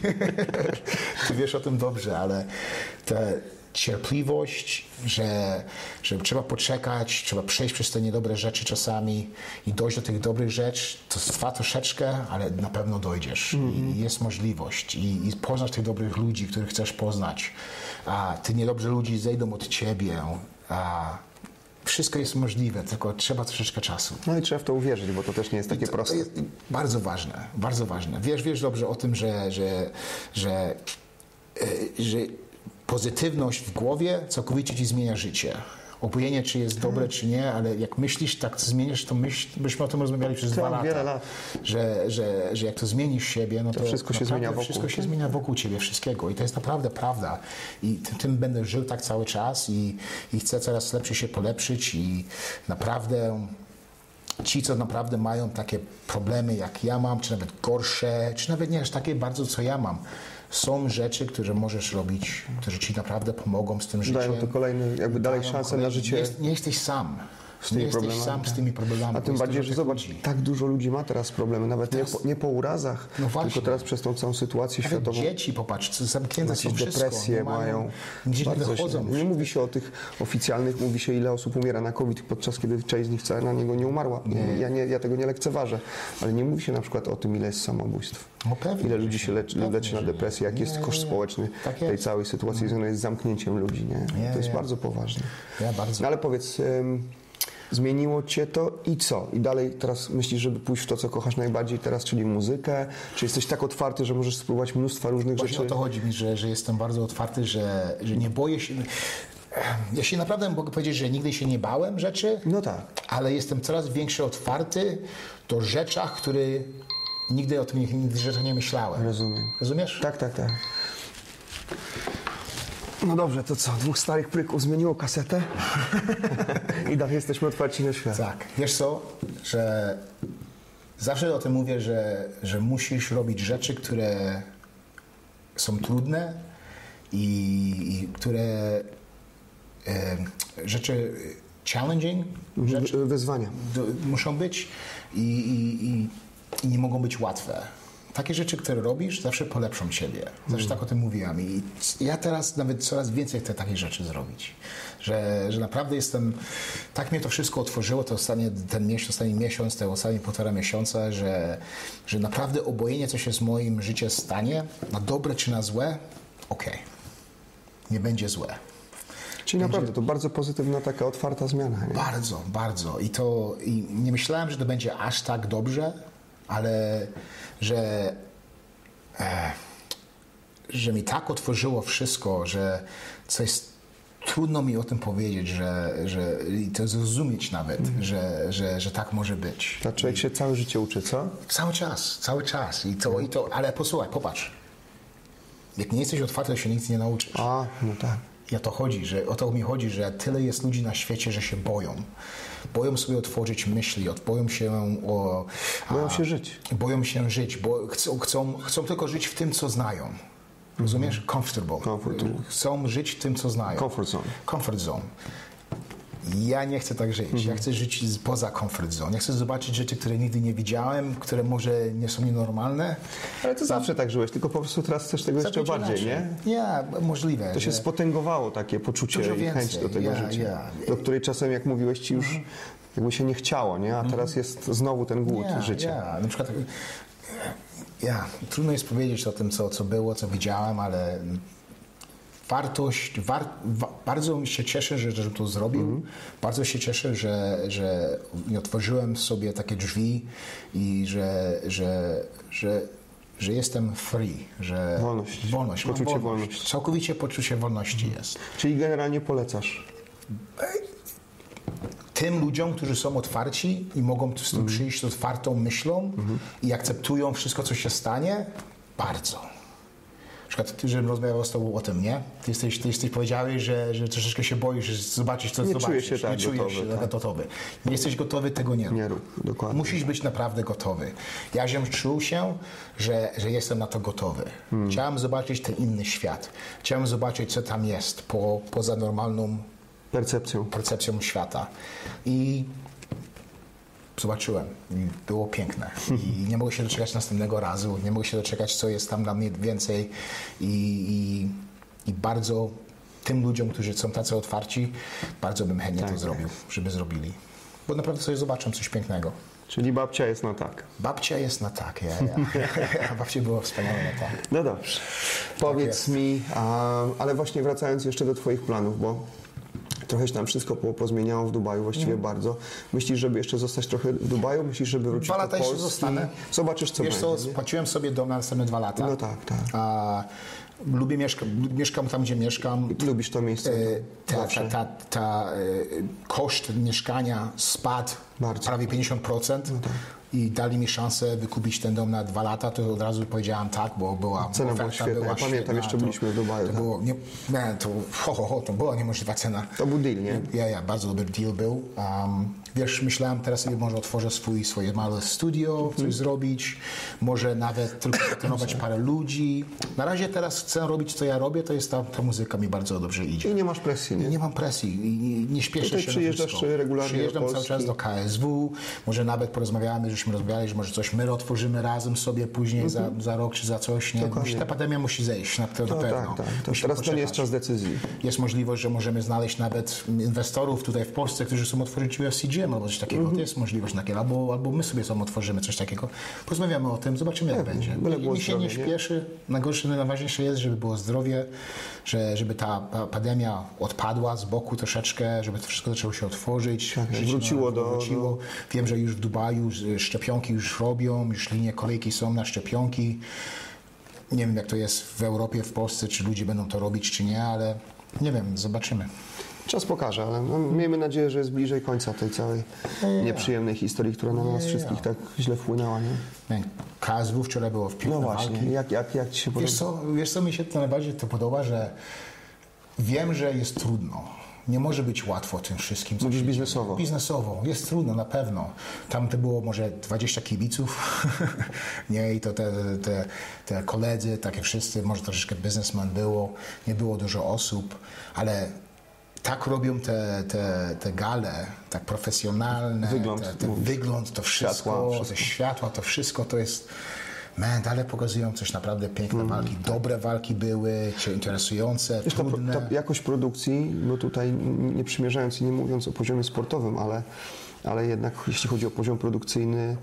[SPEAKER 1] Ty wiesz o tym dobrze, ale ta cierpliwość, że, że trzeba poczekać, trzeba przejść przez te niedobre rzeczy czasami i dojść do tych dobrych rzeczy, to trwa troszeczkę, ale na pewno dojdziesz. Mm-hmm. I jest możliwość. I, I poznasz tych dobrych ludzi, których chcesz poznać. A ty niedobrzy ludzie zejdą od ciebie. A wszystko jest możliwe, tylko trzeba troszeczkę czasu.
[SPEAKER 2] No i trzeba w to uwierzyć, bo to też nie jest takie
[SPEAKER 1] to,
[SPEAKER 2] proste.
[SPEAKER 1] To jest bardzo ważne, bardzo ważne. Wiesz, wiesz dobrze o tym, że, że, że, że pozytywność w głowie całkowicie ci zmienia życie. Obojętnie, czy jest dobre, czy nie, ale jak myślisz, tak zmienisz, to myśl, byśmy o tym rozmawiali przez
[SPEAKER 2] to
[SPEAKER 1] dwa lata.
[SPEAKER 2] Wiele lat.
[SPEAKER 1] Że, że, że jak to zmienisz siebie, no to,
[SPEAKER 2] to wszystko się zmienia wokół.
[SPEAKER 1] Wszystko się zmienia wokół ciebie, wszystkiego. I to jest naprawdę prawda. I tym, tym będę żył tak cały czas i, i chcę coraz lepszy się polepszyć i naprawdę ci, co naprawdę mają takie problemy, jak ja mam, czy nawet gorsze, czy nawet nie aż takie bardzo, co ja mam, są rzeczy, które możesz robić, które ci naprawdę pomogą z tym życiem.
[SPEAKER 2] Dają to kolejny, jakby dalej szansę
[SPEAKER 1] kolejny,
[SPEAKER 2] na życie.
[SPEAKER 1] Nie, nie jesteś sam.
[SPEAKER 2] z tymi
[SPEAKER 1] nie jesteś
[SPEAKER 2] problemami.
[SPEAKER 1] sam z tymi problemami.
[SPEAKER 2] A tym bardziej, że zobacz, ludzi. tak dużo ludzi ma teraz problemy, nawet teraz, nie, po, nie po urazach, no tylko teraz przez tą całą sytuację
[SPEAKER 1] nawet
[SPEAKER 2] światową.
[SPEAKER 1] Dzieci, popatrz, zamknięte są wszystko.
[SPEAKER 2] Depresje mają.
[SPEAKER 1] Gdzieś nie wychodzą.
[SPEAKER 2] Nie mówi się o tych oficjalnych, mówi się ile osób umiera na COVID, podczas kiedy część z nich wcale na niego nie umarła. Nie. Ja, nie, ja tego nie lekceważę, ale nie mówi się na przykład o tym, ile jest samobójstw.
[SPEAKER 1] No pewnie,
[SPEAKER 2] ile ludzi się leczy, leczy na depresję, jak nie, jest koszt społeczny tak tej jest. całej sytuacji związanej z zamknięciem ludzi. Nie? Nie, to jest nie. bardzo poważne.
[SPEAKER 1] Ja bardzo.
[SPEAKER 2] No ale powiedz, um, zmieniło cię to i co? I dalej teraz myślisz, żeby pójść w to, co kochasz najbardziej teraz, czyli muzykę? Czy jesteś tak otwarty, że możesz spróbować mnóstwa różnych
[SPEAKER 1] Właśnie
[SPEAKER 2] rzeczy?
[SPEAKER 1] o to chodzi mi, że, że jestem bardzo otwarty, że, że nie boję się... Ja się naprawdę mogę powiedzieć, że nigdy się nie bałem rzeczy,
[SPEAKER 2] no tak.
[SPEAKER 1] ale jestem coraz większy otwarty do rzeczach, które nigdy o tym nigdy rzeczach nie myślałem.
[SPEAKER 2] Rozumiem.
[SPEAKER 1] Rozumiesz?
[SPEAKER 2] Tak, tak, tak. No dobrze, to co? Dwóch starych pryków zmieniło kasetę i dalej jesteśmy otwarci na świat.
[SPEAKER 1] Tak. Wiesz co, że zawsze o tym mówię, że, że musisz robić rzeczy, które są trudne i, i które e, rzeczy challenging, rzeczy
[SPEAKER 2] wyzwania
[SPEAKER 1] do, muszą być i, i, i, i nie mogą być łatwe. Takie rzeczy, które robisz, zawsze polepszą ciebie. Zawsze mm. tak o tym mówiłam. I ja teraz nawet coraz więcej chcę takich rzeczy zrobić. Że, że naprawdę jestem... Tak mnie to wszystko otworzyło, to ostatnie, ten miesiąc, ostatni miesiąc, te ostatnie półtora miesiąca, że, że naprawdę obojętnie, co się z moim życiem stanie, na dobre czy na złe, okej. Okay. Nie będzie złe.
[SPEAKER 2] Czyli będzie... naprawdę to bardzo pozytywna, taka otwarta zmiana. Nie?
[SPEAKER 1] Bardzo, bardzo. I to... I nie myślałem, że to będzie aż tak dobrze, ale że, e, że mi tak otworzyło wszystko, że coś trudno mi o tym powiedzieć, że, że i to zrozumieć nawet, mm. że, że, że tak może być.
[SPEAKER 2] To człowiek I, się całe życie uczy, co?
[SPEAKER 1] Cały czas, cały czas. I to, mm. i to, ale posłuchaj, popatrz. Jak nie jesteś otwarty, to się nic nie nauczysz.
[SPEAKER 2] A, no tak.
[SPEAKER 1] I o to chodzi, że o to mi chodzi, że tyle jest ludzi na świecie, że się boją. Boją sobie otworzyć myśli, boją się o...
[SPEAKER 2] Boją a, się żyć.
[SPEAKER 1] Boją się żyć, bo chcą, chcą, chcą tylko żyć w tym, co znają. Rozumiesz? Comfortable.
[SPEAKER 2] Comfortable.
[SPEAKER 1] Chcą żyć w tym, co znają.
[SPEAKER 2] Comfort zone.
[SPEAKER 1] Comfort zone. Ja nie chcę tak żyć. Mhm. Ja chcę żyć poza comfort zone. Ja chcę zobaczyć rzeczy, które nigdy nie widziałem, które może nie są nienormalne.
[SPEAKER 2] Ale ty zawsze tak żyłeś, tylko po prostu teraz chcesz tego jeszcze bardziej, inaczej. Nie?
[SPEAKER 1] Ja, możliwe.
[SPEAKER 2] To się
[SPEAKER 1] że...
[SPEAKER 2] spotęgowało takie poczucie i chęć do tego
[SPEAKER 1] ja,
[SPEAKER 2] życia.
[SPEAKER 1] Ja.
[SPEAKER 2] Do której czasem, jak mówiłeś, ci już mhm. jakby się nie chciało, nie? A teraz jest znowu ten głód
[SPEAKER 1] ja,
[SPEAKER 2] życia.
[SPEAKER 1] Ja. Na przykład, ja, trudno jest powiedzieć o tym, co, co było, co widziałem, ale wartość, war, wa, bardzo się cieszę, że, że to zrobił. Mm. Bardzo się cieszę, że, że otworzyłem sobie takie drzwi i że, że, że, że jestem free. Że
[SPEAKER 2] wolność.
[SPEAKER 1] wolność.
[SPEAKER 2] Poczucie
[SPEAKER 1] wolność.
[SPEAKER 2] wolności.
[SPEAKER 1] Całkowicie poczucie wolności mm. jest.
[SPEAKER 2] Czyli generalnie polecasz?
[SPEAKER 1] Tym ludziom, którzy są otwarci i mogą z tym mm. przyjść z otwartą myślą mm. i akceptują wszystko, co się stanie, bardzo. Na przykład ty, żebym rozmawiał z tobą o tym, nie? Ty jesteś, ty jesteś powiedziałeś, że, że troszeczkę się boisz zobaczyć, co
[SPEAKER 2] nie
[SPEAKER 1] zobaczysz.
[SPEAKER 2] Czujesz się tak
[SPEAKER 1] nie czujesz
[SPEAKER 2] gotowy,
[SPEAKER 1] się
[SPEAKER 2] tak.
[SPEAKER 1] tak gotowy. Nie jesteś gotowy, tego nie rób.
[SPEAKER 2] Nie rób, dokładnie.
[SPEAKER 1] Musisz być naprawdę gotowy. Ja się czuł się, że, że jestem na to gotowy. Hmm. Chciałem zobaczyć ten inny świat. Chciałem zobaczyć, co tam jest po, poza normalną
[SPEAKER 2] percepcją.
[SPEAKER 1] percepcją świata. I zobaczyłem. I było piękne. I nie mogę się doczekać następnego razu. Nie mogę się doczekać, co jest tam dla mnie więcej. I, i, i bardzo tym ludziom, którzy są tacy otwarci, bardzo bym chętnie tak. to zrobił, żeby zrobili. Bo naprawdę sobie zobaczę coś pięknego.
[SPEAKER 2] Czyli babcia jest na tak.
[SPEAKER 1] Babcia jest na tak, ja, ja. Babcia była wspaniała na tak.
[SPEAKER 2] No dobrze. Powiedz tak mi, a, ale właśnie wracając jeszcze do twoich planów, bo trochę się tam wszystko pozmieniało w Dubaju, właściwie mm. bardzo. Myślisz, żeby jeszcze zostać trochę w Dubaju? Myślisz, żeby wrócić
[SPEAKER 1] dwa lata
[SPEAKER 2] do Polski?
[SPEAKER 1] Jeszcze zostanę.
[SPEAKER 2] Zobaczysz, co
[SPEAKER 1] Wiesz
[SPEAKER 2] będzie.
[SPEAKER 1] co, spłaciłem sobie dom na następne dwa lata.
[SPEAKER 2] No tak, tak.
[SPEAKER 1] A, lubię mieszka, mieszkam tam, gdzie mieszkam.
[SPEAKER 2] Lubisz to miejsce?
[SPEAKER 1] E, ta, ta, ta, ta e, koszt mieszkania spadł bardzo. Prawie pięćdziesiąt procent. No tak. i dali mi szansę wykupić ten dom na dwa lata, to od razu powiedziałem tak, bo była
[SPEAKER 2] cena była świetna.
[SPEAKER 1] Była
[SPEAKER 2] ja pamiętam,
[SPEAKER 1] świetna,
[SPEAKER 2] jeszcze
[SPEAKER 1] to,
[SPEAKER 2] byliśmy w Dubaju.
[SPEAKER 1] To,
[SPEAKER 2] tak?
[SPEAKER 1] było, nie, nie, to, ho, ho, ho, to była niemożliwa cena.
[SPEAKER 2] To był deal, nie?
[SPEAKER 1] Ja, ja, bardzo dobry deal był. Um, wiesz, myślałem, teraz sobie może otworzę swój, swoje małe studio, coś hmm. zrobić, może nawet tylko trenować parę ludzi. Na razie teraz chcę robić, co ja robię, to jest ta, ta muzyka mi bardzo dobrze idzie.
[SPEAKER 2] I nie masz presji, nie?
[SPEAKER 1] I nie mam presji, i nie, nie śpieszę
[SPEAKER 2] Tutaj
[SPEAKER 1] się.
[SPEAKER 2] przyjeżdżasz regularnie
[SPEAKER 1] Przyjeżdżam
[SPEAKER 2] do
[SPEAKER 1] cały czas do K S W, może nawet porozmawiamy, żeśmy rozmawiali, że może coś my otworzymy razem sobie później mm-hmm. za, za rok czy za coś. Nie? Musi, ta pandemia musi zejść, na to, to na pewno.
[SPEAKER 2] Tak, tak. To teraz to nie jest czas decyzji.
[SPEAKER 1] Jest możliwość, że możemy znaleźć nawet inwestorów tutaj w Polsce, którzy chcą otworzyć U F C Gym albo coś takiego. Mm-hmm. To jest możliwość takiego, albo, albo my sobie sam otworzymy coś takiego. Porozmawiamy o tym, zobaczymy jak będzie. I mi się nie śpieszy. Najgorsze, najważniejsze jest, żeby było zdrowie, że, żeby ta pandemia odpadła z boku troszeczkę, żeby to wszystko zaczęło się otworzyć.
[SPEAKER 2] Tak, wróciło do... Wróciło.
[SPEAKER 1] Wiem, że już w Dubaju szczepionki już robią, już linie kolejki są na szczepionki. Nie wiem, jak to jest w Europie, w Polsce, czy ludzie będą to robić, czy nie, ale nie wiem, zobaczymy.
[SPEAKER 2] Czas pokaże, ale no, miejmy nadzieję, że jest bliżej końca tej całej nieprzyjemnej historii, która na nas wszystkich tak źle wpłynęła. Nie?
[SPEAKER 1] K S W wczoraj było w pięknej
[SPEAKER 2] No właśnie, jak, jak, jak Ci się podoba?
[SPEAKER 1] Wiesz co, wiesz co, mi się to najbardziej to podoba, że wiem, że jest trudno. Nie może być łatwo tym wszystkim.
[SPEAKER 2] Mówisz biznesowo?
[SPEAKER 1] Biznesowo. Jest trudno, na pewno. Tam to było może dwadzieścia kibiców, nie? I to te, te, te koledzy, takie wszyscy, może troszeczkę biznesmen było, nie było dużo osób, ale tak robią te, te, te gale, tak profesjonalne,
[SPEAKER 2] wygląd,
[SPEAKER 1] te, te wygląd to wszystko,
[SPEAKER 2] światła, wszystko,
[SPEAKER 1] te światła, to wszystko to jest... Man, dalej pokazują coś naprawdę piękne mm. walki, dobre walki były, interesujące,
[SPEAKER 2] Wiesz,
[SPEAKER 1] trudne.
[SPEAKER 2] Ta, ta jakość produkcji, bo tutaj nie przymierzając i nie mówiąc o poziomie sportowym, ale, ale jednak jeśli chodzi o poziom produkcyjny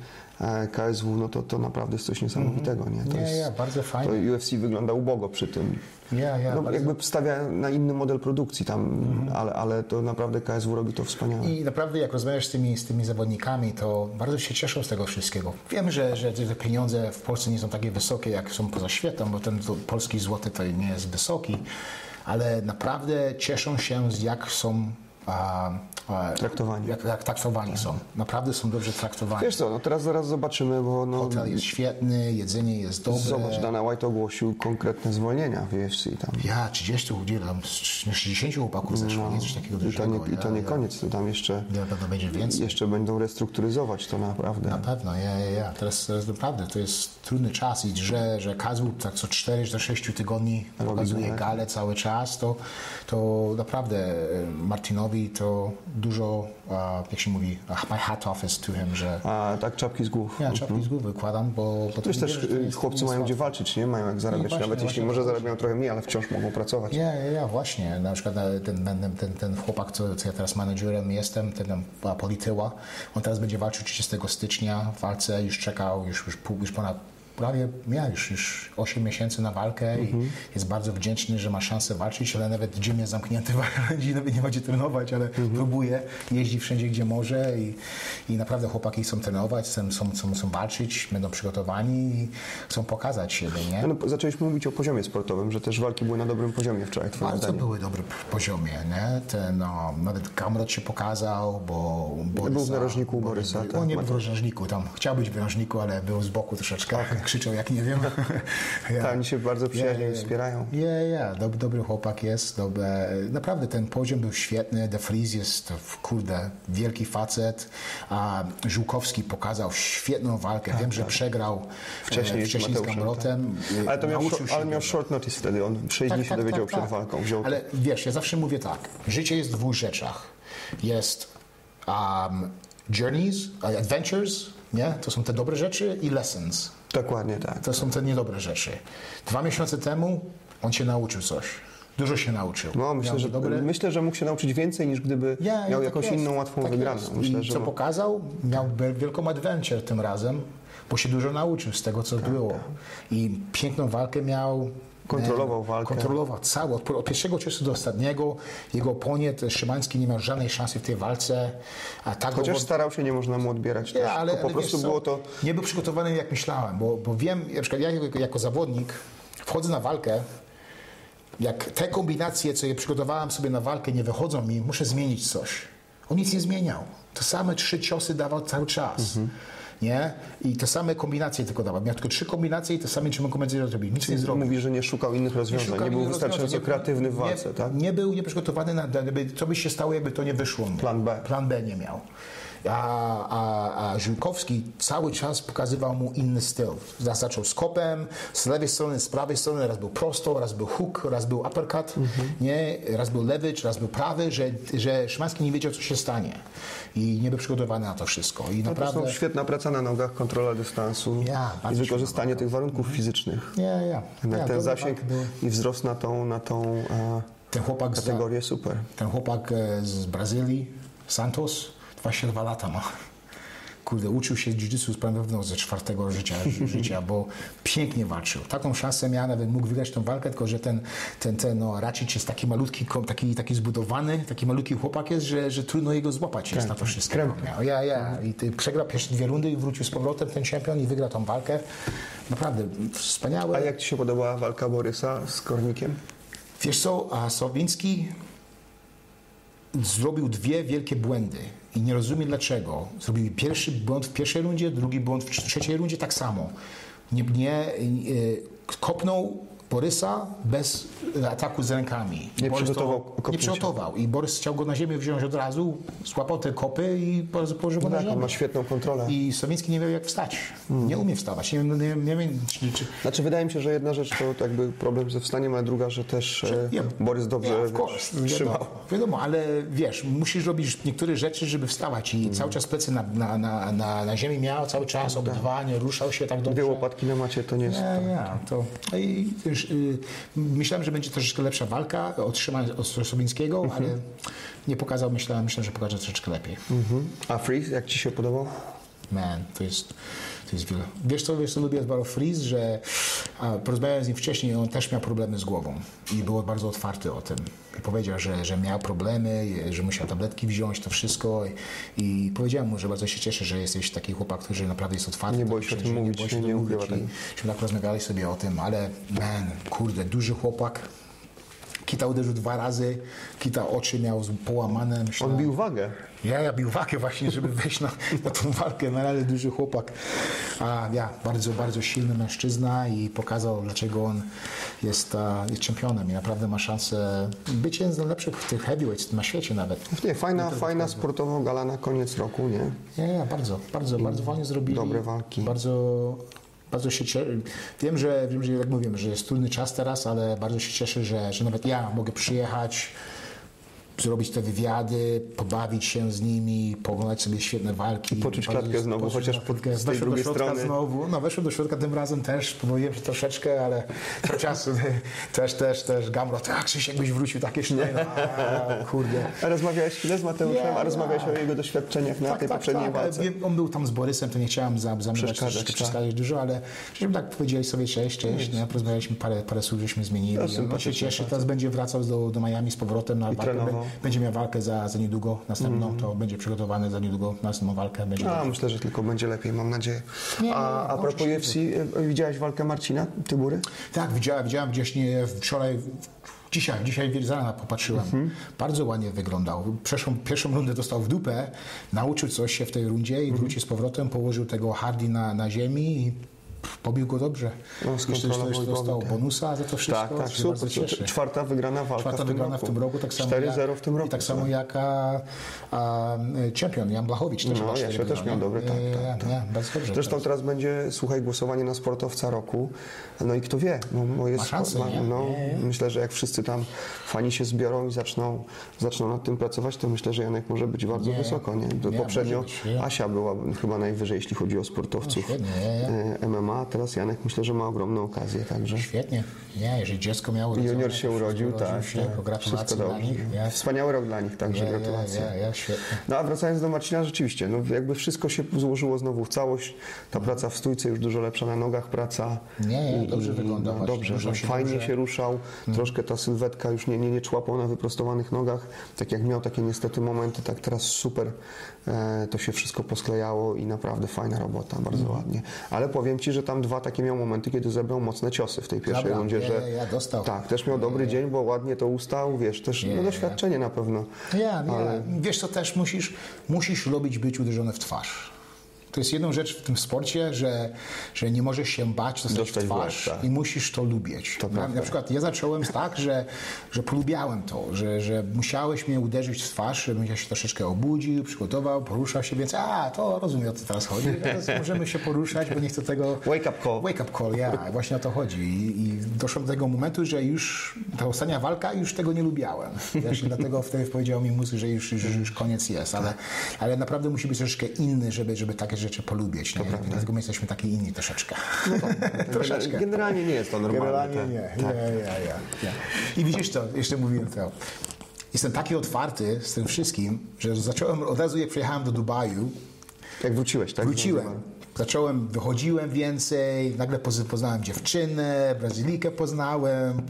[SPEAKER 2] K S W, no to, to naprawdę jest coś niesamowitego. Nie, to
[SPEAKER 1] nie
[SPEAKER 2] jest,
[SPEAKER 1] ja, bardzo fajnie.
[SPEAKER 2] To U F C wygląda ubogo przy tym.
[SPEAKER 1] Ja, ja,
[SPEAKER 2] no,
[SPEAKER 1] bardzo...
[SPEAKER 2] Jakby stawia na inny model produkcji tam, mm-hmm. ale, ale to naprawdę K S W robi to wspaniale.
[SPEAKER 1] I naprawdę jak rozmawiasz z tymi, z tymi zawodnikami, to bardzo się cieszą z tego wszystkiego. Wiem, że, że te pieniądze w Polsce nie są takie wysokie, jak są poza światem, bo ten polski złoty to nie jest wysoki, ale naprawdę cieszą się z jak są A, a,
[SPEAKER 2] traktowani.
[SPEAKER 1] Jak, jak traktowani są. Naprawdę są dobrze traktowani.
[SPEAKER 2] Wiesz co, no teraz zaraz zobaczymy, bo... No,
[SPEAKER 1] hotel jest świetny, jedzenie jest dobre.
[SPEAKER 2] Zobacz, Dana White ogłosił konkretne zwolnienia w U F C tam.
[SPEAKER 1] Ja, trzydziestu udzielam, sześćdziesięciu chłopaków zeszło, no, nie coś takiego
[SPEAKER 2] dużego. I to nie, i to nie
[SPEAKER 1] ja,
[SPEAKER 2] koniec, to tam jeszcze...
[SPEAKER 1] Ja, pewno będzie więcej.
[SPEAKER 2] Jeszcze będą restrukturyzować to naprawdę.
[SPEAKER 1] Na pewno, ja, ja, ja. Teraz, teraz naprawdę to jest trudny czas i że, że K S W tak co cztery do sześciu tygodni pokazuje galę cały czas, to, to naprawdę Martinowi to dużo, jak się mówi, my hat off is to him, że...
[SPEAKER 2] A tak, czapki z głów.
[SPEAKER 1] Ja czapki mm-hmm. z głów wykładam, bo... bo to
[SPEAKER 2] wiesz też,
[SPEAKER 1] jest,
[SPEAKER 2] chłopcy mają gdzie walczyć, nie? Mają jak zarabiać, właśnie, nawet jeśli może zarabiają trochę mniej, ale wciąż mogą pracować.
[SPEAKER 1] Ja, ja, ja, właśnie. Na przykład ten, ten, ten, ten chłopak, co, co ja teraz menadżerem jestem, ten Polityła, on teraz będzie walczył trzydziestego stycznia w walce, już czekał, już, już, pół, już ponad prawie miał już, już osiem miesięcy na walkę mm-hmm. i jest bardzo wdzięczny, że ma szansę walczyć, ale nawet gym jest zamknięty, nawet nie ma gdzie trenować, ale mm-hmm. próbuje, jeździ wszędzie, gdzie może i, i naprawdę chłopaki chcą trenować, chcą, chcą, chcą walczyć, będą przygotowani i chcą pokazać siebie, nie?
[SPEAKER 2] No, zaczęliśmy mówić o poziomie sportowym, że też walki były na dobrym poziomie wczoraj.
[SPEAKER 1] Bardzo były dobre poziomie, nie? Ten, no, nawet Gamrot się pokazał, bo Borysa,
[SPEAKER 2] był w narożniku Borysa.
[SPEAKER 1] Borysa, tak, on nie był w narożniku, tam chciał być w narożniku, ale był z boku troszeczkę. Tak. Krzyczał jak nie wiem.
[SPEAKER 2] Ja. Tak, oni się bardzo przyjaźnie yeah, wspierają.
[SPEAKER 1] Ja, yeah, ja, yeah. Dob, dobry chłopak jest. Dobre. Naprawdę ten poziom był świetny. De Vries jest, kurde, wielki facet. A Żółkowski pokazał świetną walkę. Tak, wiem, tak. że przegrał wcześniej, wcześniej z Gamrotem.
[SPEAKER 2] Tak. Ale, to miał, ale miał short notice wtedy. On sześć
[SPEAKER 1] tak,
[SPEAKER 2] dni się
[SPEAKER 1] tak,
[SPEAKER 2] dowiedział
[SPEAKER 1] tak,
[SPEAKER 2] przed
[SPEAKER 1] tak.
[SPEAKER 2] walką. Wziął
[SPEAKER 1] ale wiesz, ja zawsze mówię tak. Życie jest w dwóch rzeczach. Jest um, journeys, adventures, nie? To są te dobre rzeczy i lessons.
[SPEAKER 2] Dokładnie tak.
[SPEAKER 1] To są te niedobre rzeczy. Dwa miesiące temu on się nauczył coś. Dużo się nauczył.
[SPEAKER 2] No, myślę, że, dobre... myślę, że mógł się nauczyć więcej niż gdyby ja, miał jakąś tak inną łatwą tak wygraną. Myślę,
[SPEAKER 1] I
[SPEAKER 2] że
[SPEAKER 1] co
[SPEAKER 2] ma...
[SPEAKER 1] pokazał? Miał wielką adventure tym razem, bo się dużo nauczył z tego, co tak, było. Tak. I piękną walkę miał.
[SPEAKER 2] Kontrolował walkę.
[SPEAKER 1] Kontrolował cały. Od, od pierwszego czasu do ostatniego. Jego oponient Szymański nie miał żadnej szansy w tej walce. A tak
[SPEAKER 2] Chociaż
[SPEAKER 1] go...
[SPEAKER 2] starał się, nie można mu odbierać.
[SPEAKER 1] Ja, ale,
[SPEAKER 2] po
[SPEAKER 1] ale
[SPEAKER 2] prostu
[SPEAKER 1] wiesz,
[SPEAKER 2] było to...
[SPEAKER 1] Nie był przygotowany jak myślałem, bo, bo wiem, na przykład ja jako, jako zawodnik wchodzę na walkę, jak te kombinacje, co je przygotowałem sobie na walkę, nie wychodzą mi, muszę zmienić coś. On nic nie zmieniał. To same trzy ciosy dawał cały czas. Mhm. nie? I te same kombinacje tylko dawał. Miał tylko trzy kombinacje i te same trzy kombinacje zrobił. Nic nie zrobił.
[SPEAKER 2] Mówi, że nie szukał innych rozwiązań, nie, nie był wystarczająco kreatywny w walce,
[SPEAKER 1] nie,
[SPEAKER 2] tak?
[SPEAKER 1] Nie był nieprzygotowany na, co by się stało, jakby to nie wyszło.
[SPEAKER 2] Plan B.
[SPEAKER 1] Plan B nie miał. A, a, a Żółkowski cały czas pokazywał mu inny styl. Zaczął z kopem, z lewej strony, z prawej strony, raz był prosto, raz był hook, raz był uppercut, mhm. nie? Raz był lewy, raz był prawy, że, że Szymański nie wiedział, co się stanie. I nie był przygotowany na to wszystko. I
[SPEAKER 2] no
[SPEAKER 1] naprawdę...
[SPEAKER 2] to są świetna praca na nogach, kontrola dystansu
[SPEAKER 1] ja,
[SPEAKER 2] i wykorzystanie tych warunków mhm. fizycznych.
[SPEAKER 1] Ja, ja.
[SPEAKER 2] Na
[SPEAKER 1] ja,
[SPEAKER 2] ten zasięg
[SPEAKER 1] tak,
[SPEAKER 2] i wzrost na tą, na tą e,
[SPEAKER 1] ten chłopak
[SPEAKER 2] kategorię,
[SPEAKER 1] za,
[SPEAKER 2] super.
[SPEAKER 1] Ten chłopak z Brazylii, Santos, dwadzieścia dwa lata ma. Kurde, uczył się jiu-jitsu pewno ze czwartego życia, życia, bo pięknie walczył. Taką szansę miał, nawet mógł wygrać tą walkę, tylko że ten, ten, ten no, Racic jest taki malutki, taki, taki zbudowany, taki malutki chłopak jest, że, że trudno jego złapać jest na to wszystko. Miał. Ja, ja. I ty przegrał pierwsze dwie rundy i wrócił z powrotem ten czempion i wygrał tą walkę. Naprawdę wspaniałe.
[SPEAKER 2] A jak Ci się podobała walka Borysa z Kornikiem?
[SPEAKER 1] Wiesz co, a Słowiński zrobił dwie wielkie błędy i nie rozumiem dlaczego. Zrobił pierwszy błąd w pierwszej rundzie, drugi błąd w trzeciej rundzie tak samo. Nie, nie kopnął Borysa bez ataku z rękami.
[SPEAKER 2] Nie
[SPEAKER 1] Borys
[SPEAKER 2] przygotował
[SPEAKER 1] to, Nie przygotował i Borys chciał go na ziemię wziąć od razu, złapał te kopy i położył go
[SPEAKER 2] no
[SPEAKER 1] na
[SPEAKER 2] tak,
[SPEAKER 1] ziemię.
[SPEAKER 2] on ma świetną kontrolę.
[SPEAKER 1] I Słowiński nie miał jak wstać. Mm. Nie umie wstawać. Nie, nie, nie, nie, czy, czy...
[SPEAKER 2] Znaczy wydaje mi się, że jedna rzecz to jakby problem ze wstaniem, a druga, że też że, yeah. Borys dobrze
[SPEAKER 1] yeah, wiesz,
[SPEAKER 2] trzymał.
[SPEAKER 1] Wiadomo, wiadomo, ale wiesz, musisz robić niektóre rzeczy, żeby wstawać i mm. cały czas plecy na, na, na, na, na ziemi miał, cały czas obydwa, nie ruszał się tak dobrze.
[SPEAKER 2] Dwie łopatki na macie to nie jest...
[SPEAKER 1] Ja, ja, to... I, wiesz, y, myślałem, że będzie troszeczkę lepsza walka od Szymańskiego, od Sobińskiego, mm-hmm. ale nie pokazał, myślałem, myślałem, że pokaże troszeczkę lepiej.
[SPEAKER 2] Mm-hmm. A Freeze, jak Ci się podobał?
[SPEAKER 1] Man, to jest, to jest wiele. Wiesz co, wiesz co lubię bardzo Freeze, że a, porozmawiałem z nim wcześniej, on też miał problemy z głową i był bardzo otwarty o tym. I powiedział, że, że miał problemy, że musiał tabletki wziąć, to wszystko i, i powiedziałem mu, że bardzo się cieszę, że jesteś taki chłopak, który naprawdę jest otwarty.
[SPEAKER 2] Nie boi się o tym mówić, nie, nie, nie ukrywa tego.
[SPEAKER 1] Żeśmy tak rozmawiali sobie o tym, ale man, kurde, duży chłopak. Kita uderzył dwa razy, Kita oczy miał połamane. Myślę,
[SPEAKER 2] on bił wagę.
[SPEAKER 1] Ja, ja bił wagę właśnie, żeby wejść na, na tą walkę, no, ale duży chłopak. A ja, bardzo, bardzo silny mężczyzna i pokazał, dlaczego on jest, uh, jest czempionem i naprawdę ma szansę być jednym z najlepszych tych heavyweights na świecie nawet.
[SPEAKER 2] Nie, fajna, fajna sportowa gala na koniec roku, nie?
[SPEAKER 1] Ja, ja, bardzo, bardzo, I bardzo fajnie zrobili.
[SPEAKER 2] Dobre walki.
[SPEAKER 1] Bardzo... Bardzo się cieszę. Wiem, że, wiem, że jak mówiłem, że jest trudny czas teraz, ale bardzo się cieszę, że, że nawet ja mogę przyjechać, zrobić te wywiady, pobawić się z nimi, pooglądać sobie świetne walki.
[SPEAKER 2] I poczuć klatkę znowu, chociaż pod, z tej drugiej strony.
[SPEAKER 1] Znowu. No weszłem do środka tym razem też, pomyliłem się troszeczkę, ale cały czas też, też, też Gamro, tak, Krzysiek jakbyś wrócił, takie sznej, no, kurde.
[SPEAKER 2] A rozmawiałeś chwilę z Mateuszem, yeah, a rozmawiałeś yeah. o jego doświadczeniach na
[SPEAKER 1] tak,
[SPEAKER 2] tej
[SPEAKER 1] tak,
[SPEAKER 2] poprzedniej
[SPEAKER 1] tak,
[SPEAKER 2] walce?
[SPEAKER 1] On był tam z Borysem, to nie chciałem zamykać troszeczkę
[SPEAKER 2] tak.
[SPEAKER 1] przeszkadzać dużo, ale żeśmy tak powiedzieli sobie cześć, cześć, nie? Porozmawialiśmy, parę, parę słów żeśmy zmienili. On się cieszy, teraz będzie wracał do, do Miami z powrotem na walkę, będzie miał walkę za, za niedługo następną, mm. to będzie przygotowany za niedługo na następną walkę. Będzie
[SPEAKER 2] a, myślę, że tylko będzie lepiej, mam nadzieję. Nie, a a propos U F C, widziałeś walkę Marcina Tybury?
[SPEAKER 1] Tak, widziałem, widziałem gdzieś nie, wczoraj, dzisiaj, dzisiaj z rana popatrzyłem. Mm-hmm. Bardzo ładnie wyglądał. Przeszłą, pierwszą rundę dostał w dupę, nauczył coś się w tej rundzie i wrócił mm-hmm. z powrotem, położył tego Hardy na, na ziemi i pobił go dobrze.
[SPEAKER 2] No,
[SPEAKER 1] Myślę, że dostał tak. bonusa za to wszystko.
[SPEAKER 2] Tak, tak, super. Czwarta wygrana walka
[SPEAKER 1] Czwarta
[SPEAKER 2] w tym
[SPEAKER 1] wygrana
[SPEAKER 2] roku.
[SPEAKER 1] w tym roku. Tak samo
[SPEAKER 2] cztery zero w tym roku.
[SPEAKER 1] I tak samo jak a, a, czempion Jan Blachowicz. Też
[SPEAKER 2] no, ja się też miał dobry, tak, tak, tak.
[SPEAKER 1] Nie, bardzo dobrze.
[SPEAKER 2] Zresztą teraz. teraz będzie, słuchaj, głosowanie na sportowca roku. No i kto wie, no, bo jest,
[SPEAKER 1] ma szansę,
[SPEAKER 2] ma,
[SPEAKER 1] nie?
[SPEAKER 2] No,
[SPEAKER 1] nie, nie.
[SPEAKER 2] Myślę, że jak wszyscy tam fani się zbiorą i zaczną, zaczną nad tym pracować, to myślę, że Janek może być bardzo nie, wysoko. Nie?
[SPEAKER 1] Nie,
[SPEAKER 2] Poprzednio Asia była chyba najwyżej, jeśli chodzi o sportowców
[SPEAKER 1] no, świetnie,
[SPEAKER 2] M M A, teraz Janek myślę, że ma ogromną okazję. Także.
[SPEAKER 1] Świetnie. Nie, jeżeli dziecko miało urodzone,
[SPEAKER 2] junior się urodził, urodził tak.
[SPEAKER 1] Się, tak. Gratulacje dla nich. Ja.
[SPEAKER 2] Wspaniały rok dla nich, także
[SPEAKER 1] ja,
[SPEAKER 2] gratulacje.
[SPEAKER 1] Ja, ja, ja, świetnie.
[SPEAKER 2] No a wracając do Marcina, rzeczywiście, no jakby wszystko się złożyło znowu w całość. Ta mhm. praca w stójce już dużo lepsza na nogach praca.
[SPEAKER 1] Nie, nie, dobrze wygląda.
[SPEAKER 2] No, dobrze, że się fajnie dobrze. się ruszał. Hmm. Troszkę ta sylwetka już nie, nie, nie człapał na wyprostowanych nogach. Tak jak miał takie niestety momenty, tak teraz super e, to się wszystko posklejało i naprawdę fajna robota, bardzo hmm. ładnie. Ale powiem Ci, że tam dwa takie miał momenty, kiedy zebrał mocne ciosy w tej pierwszej
[SPEAKER 1] Dobra,
[SPEAKER 2] rundzie,
[SPEAKER 1] nie,
[SPEAKER 2] że
[SPEAKER 1] ja dostał.
[SPEAKER 2] Tak, też miał dobry dzień, bo ładnie to ustał, wiesz, też
[SPEAKER 1] nie,
[SPEAKER 2] no, doświadczenie na pewno.
[SPEAKER 1] Ja,
[SPEAKER 2] ale...
[SPEAKER 1] ja. Wiesz co, też musisz, musisz lubić być uderzony w twarz. To jest jedną rzecz w tym sporcie, że, że nie możesz się bać dostać, dostać w twarz tak. i musisz to lubić. To na, na przykład ja zacząłem tak, że, że polubiałem to, że, że musiałeś mnie uderzyć w twarz, żebym ja się troszeczkę obudził, przygotował, poruszał się, więc a, to rozumiem, o co teraz chodzi. Teraz możemy się poruszać, bo nie chcę tego...
[SPEAKER 2] Wake up call.
[SPEAKER 1] Wake up call, ja, właśnie o to chodzi. I, i doszło do tego momentu, że już ta ostatnia walka, już tego nie lubiałem. Wiesz, dlatego wtedy powiedział mi mózg, że już, już, już koniec jest, ale, ale naprawdę musi być troszeczkę inny, żeby, żeby takie rzeczy polubić. Nie? Dlatego my jesteśmy taki inni troszeczkę.
[SPEAKER 2] No tak, troszeczkę. Generalnie nie jest to normalne.
[SPEAKER 1] Generalnie
[SPEAKER 2] tak.
[SPEAKER 1] nie.
[SPEAKER 2] Tak.
[SPEAKER 1] Ja, ja, ja, ja. I widzisz to, jeszcze mówiłem to. Jestem taki otwarty z tym wszystkim, że zacząłem od razu, jak przyjechałem do Dubaju.
[SPEAKER 2] Jak wróciłeś, tak?
[SPEAKER 1] Wróciłem. Zacząłem, wychodziłem więcej, nagle poznałem dziewczynę, Brazylijkę poznałem.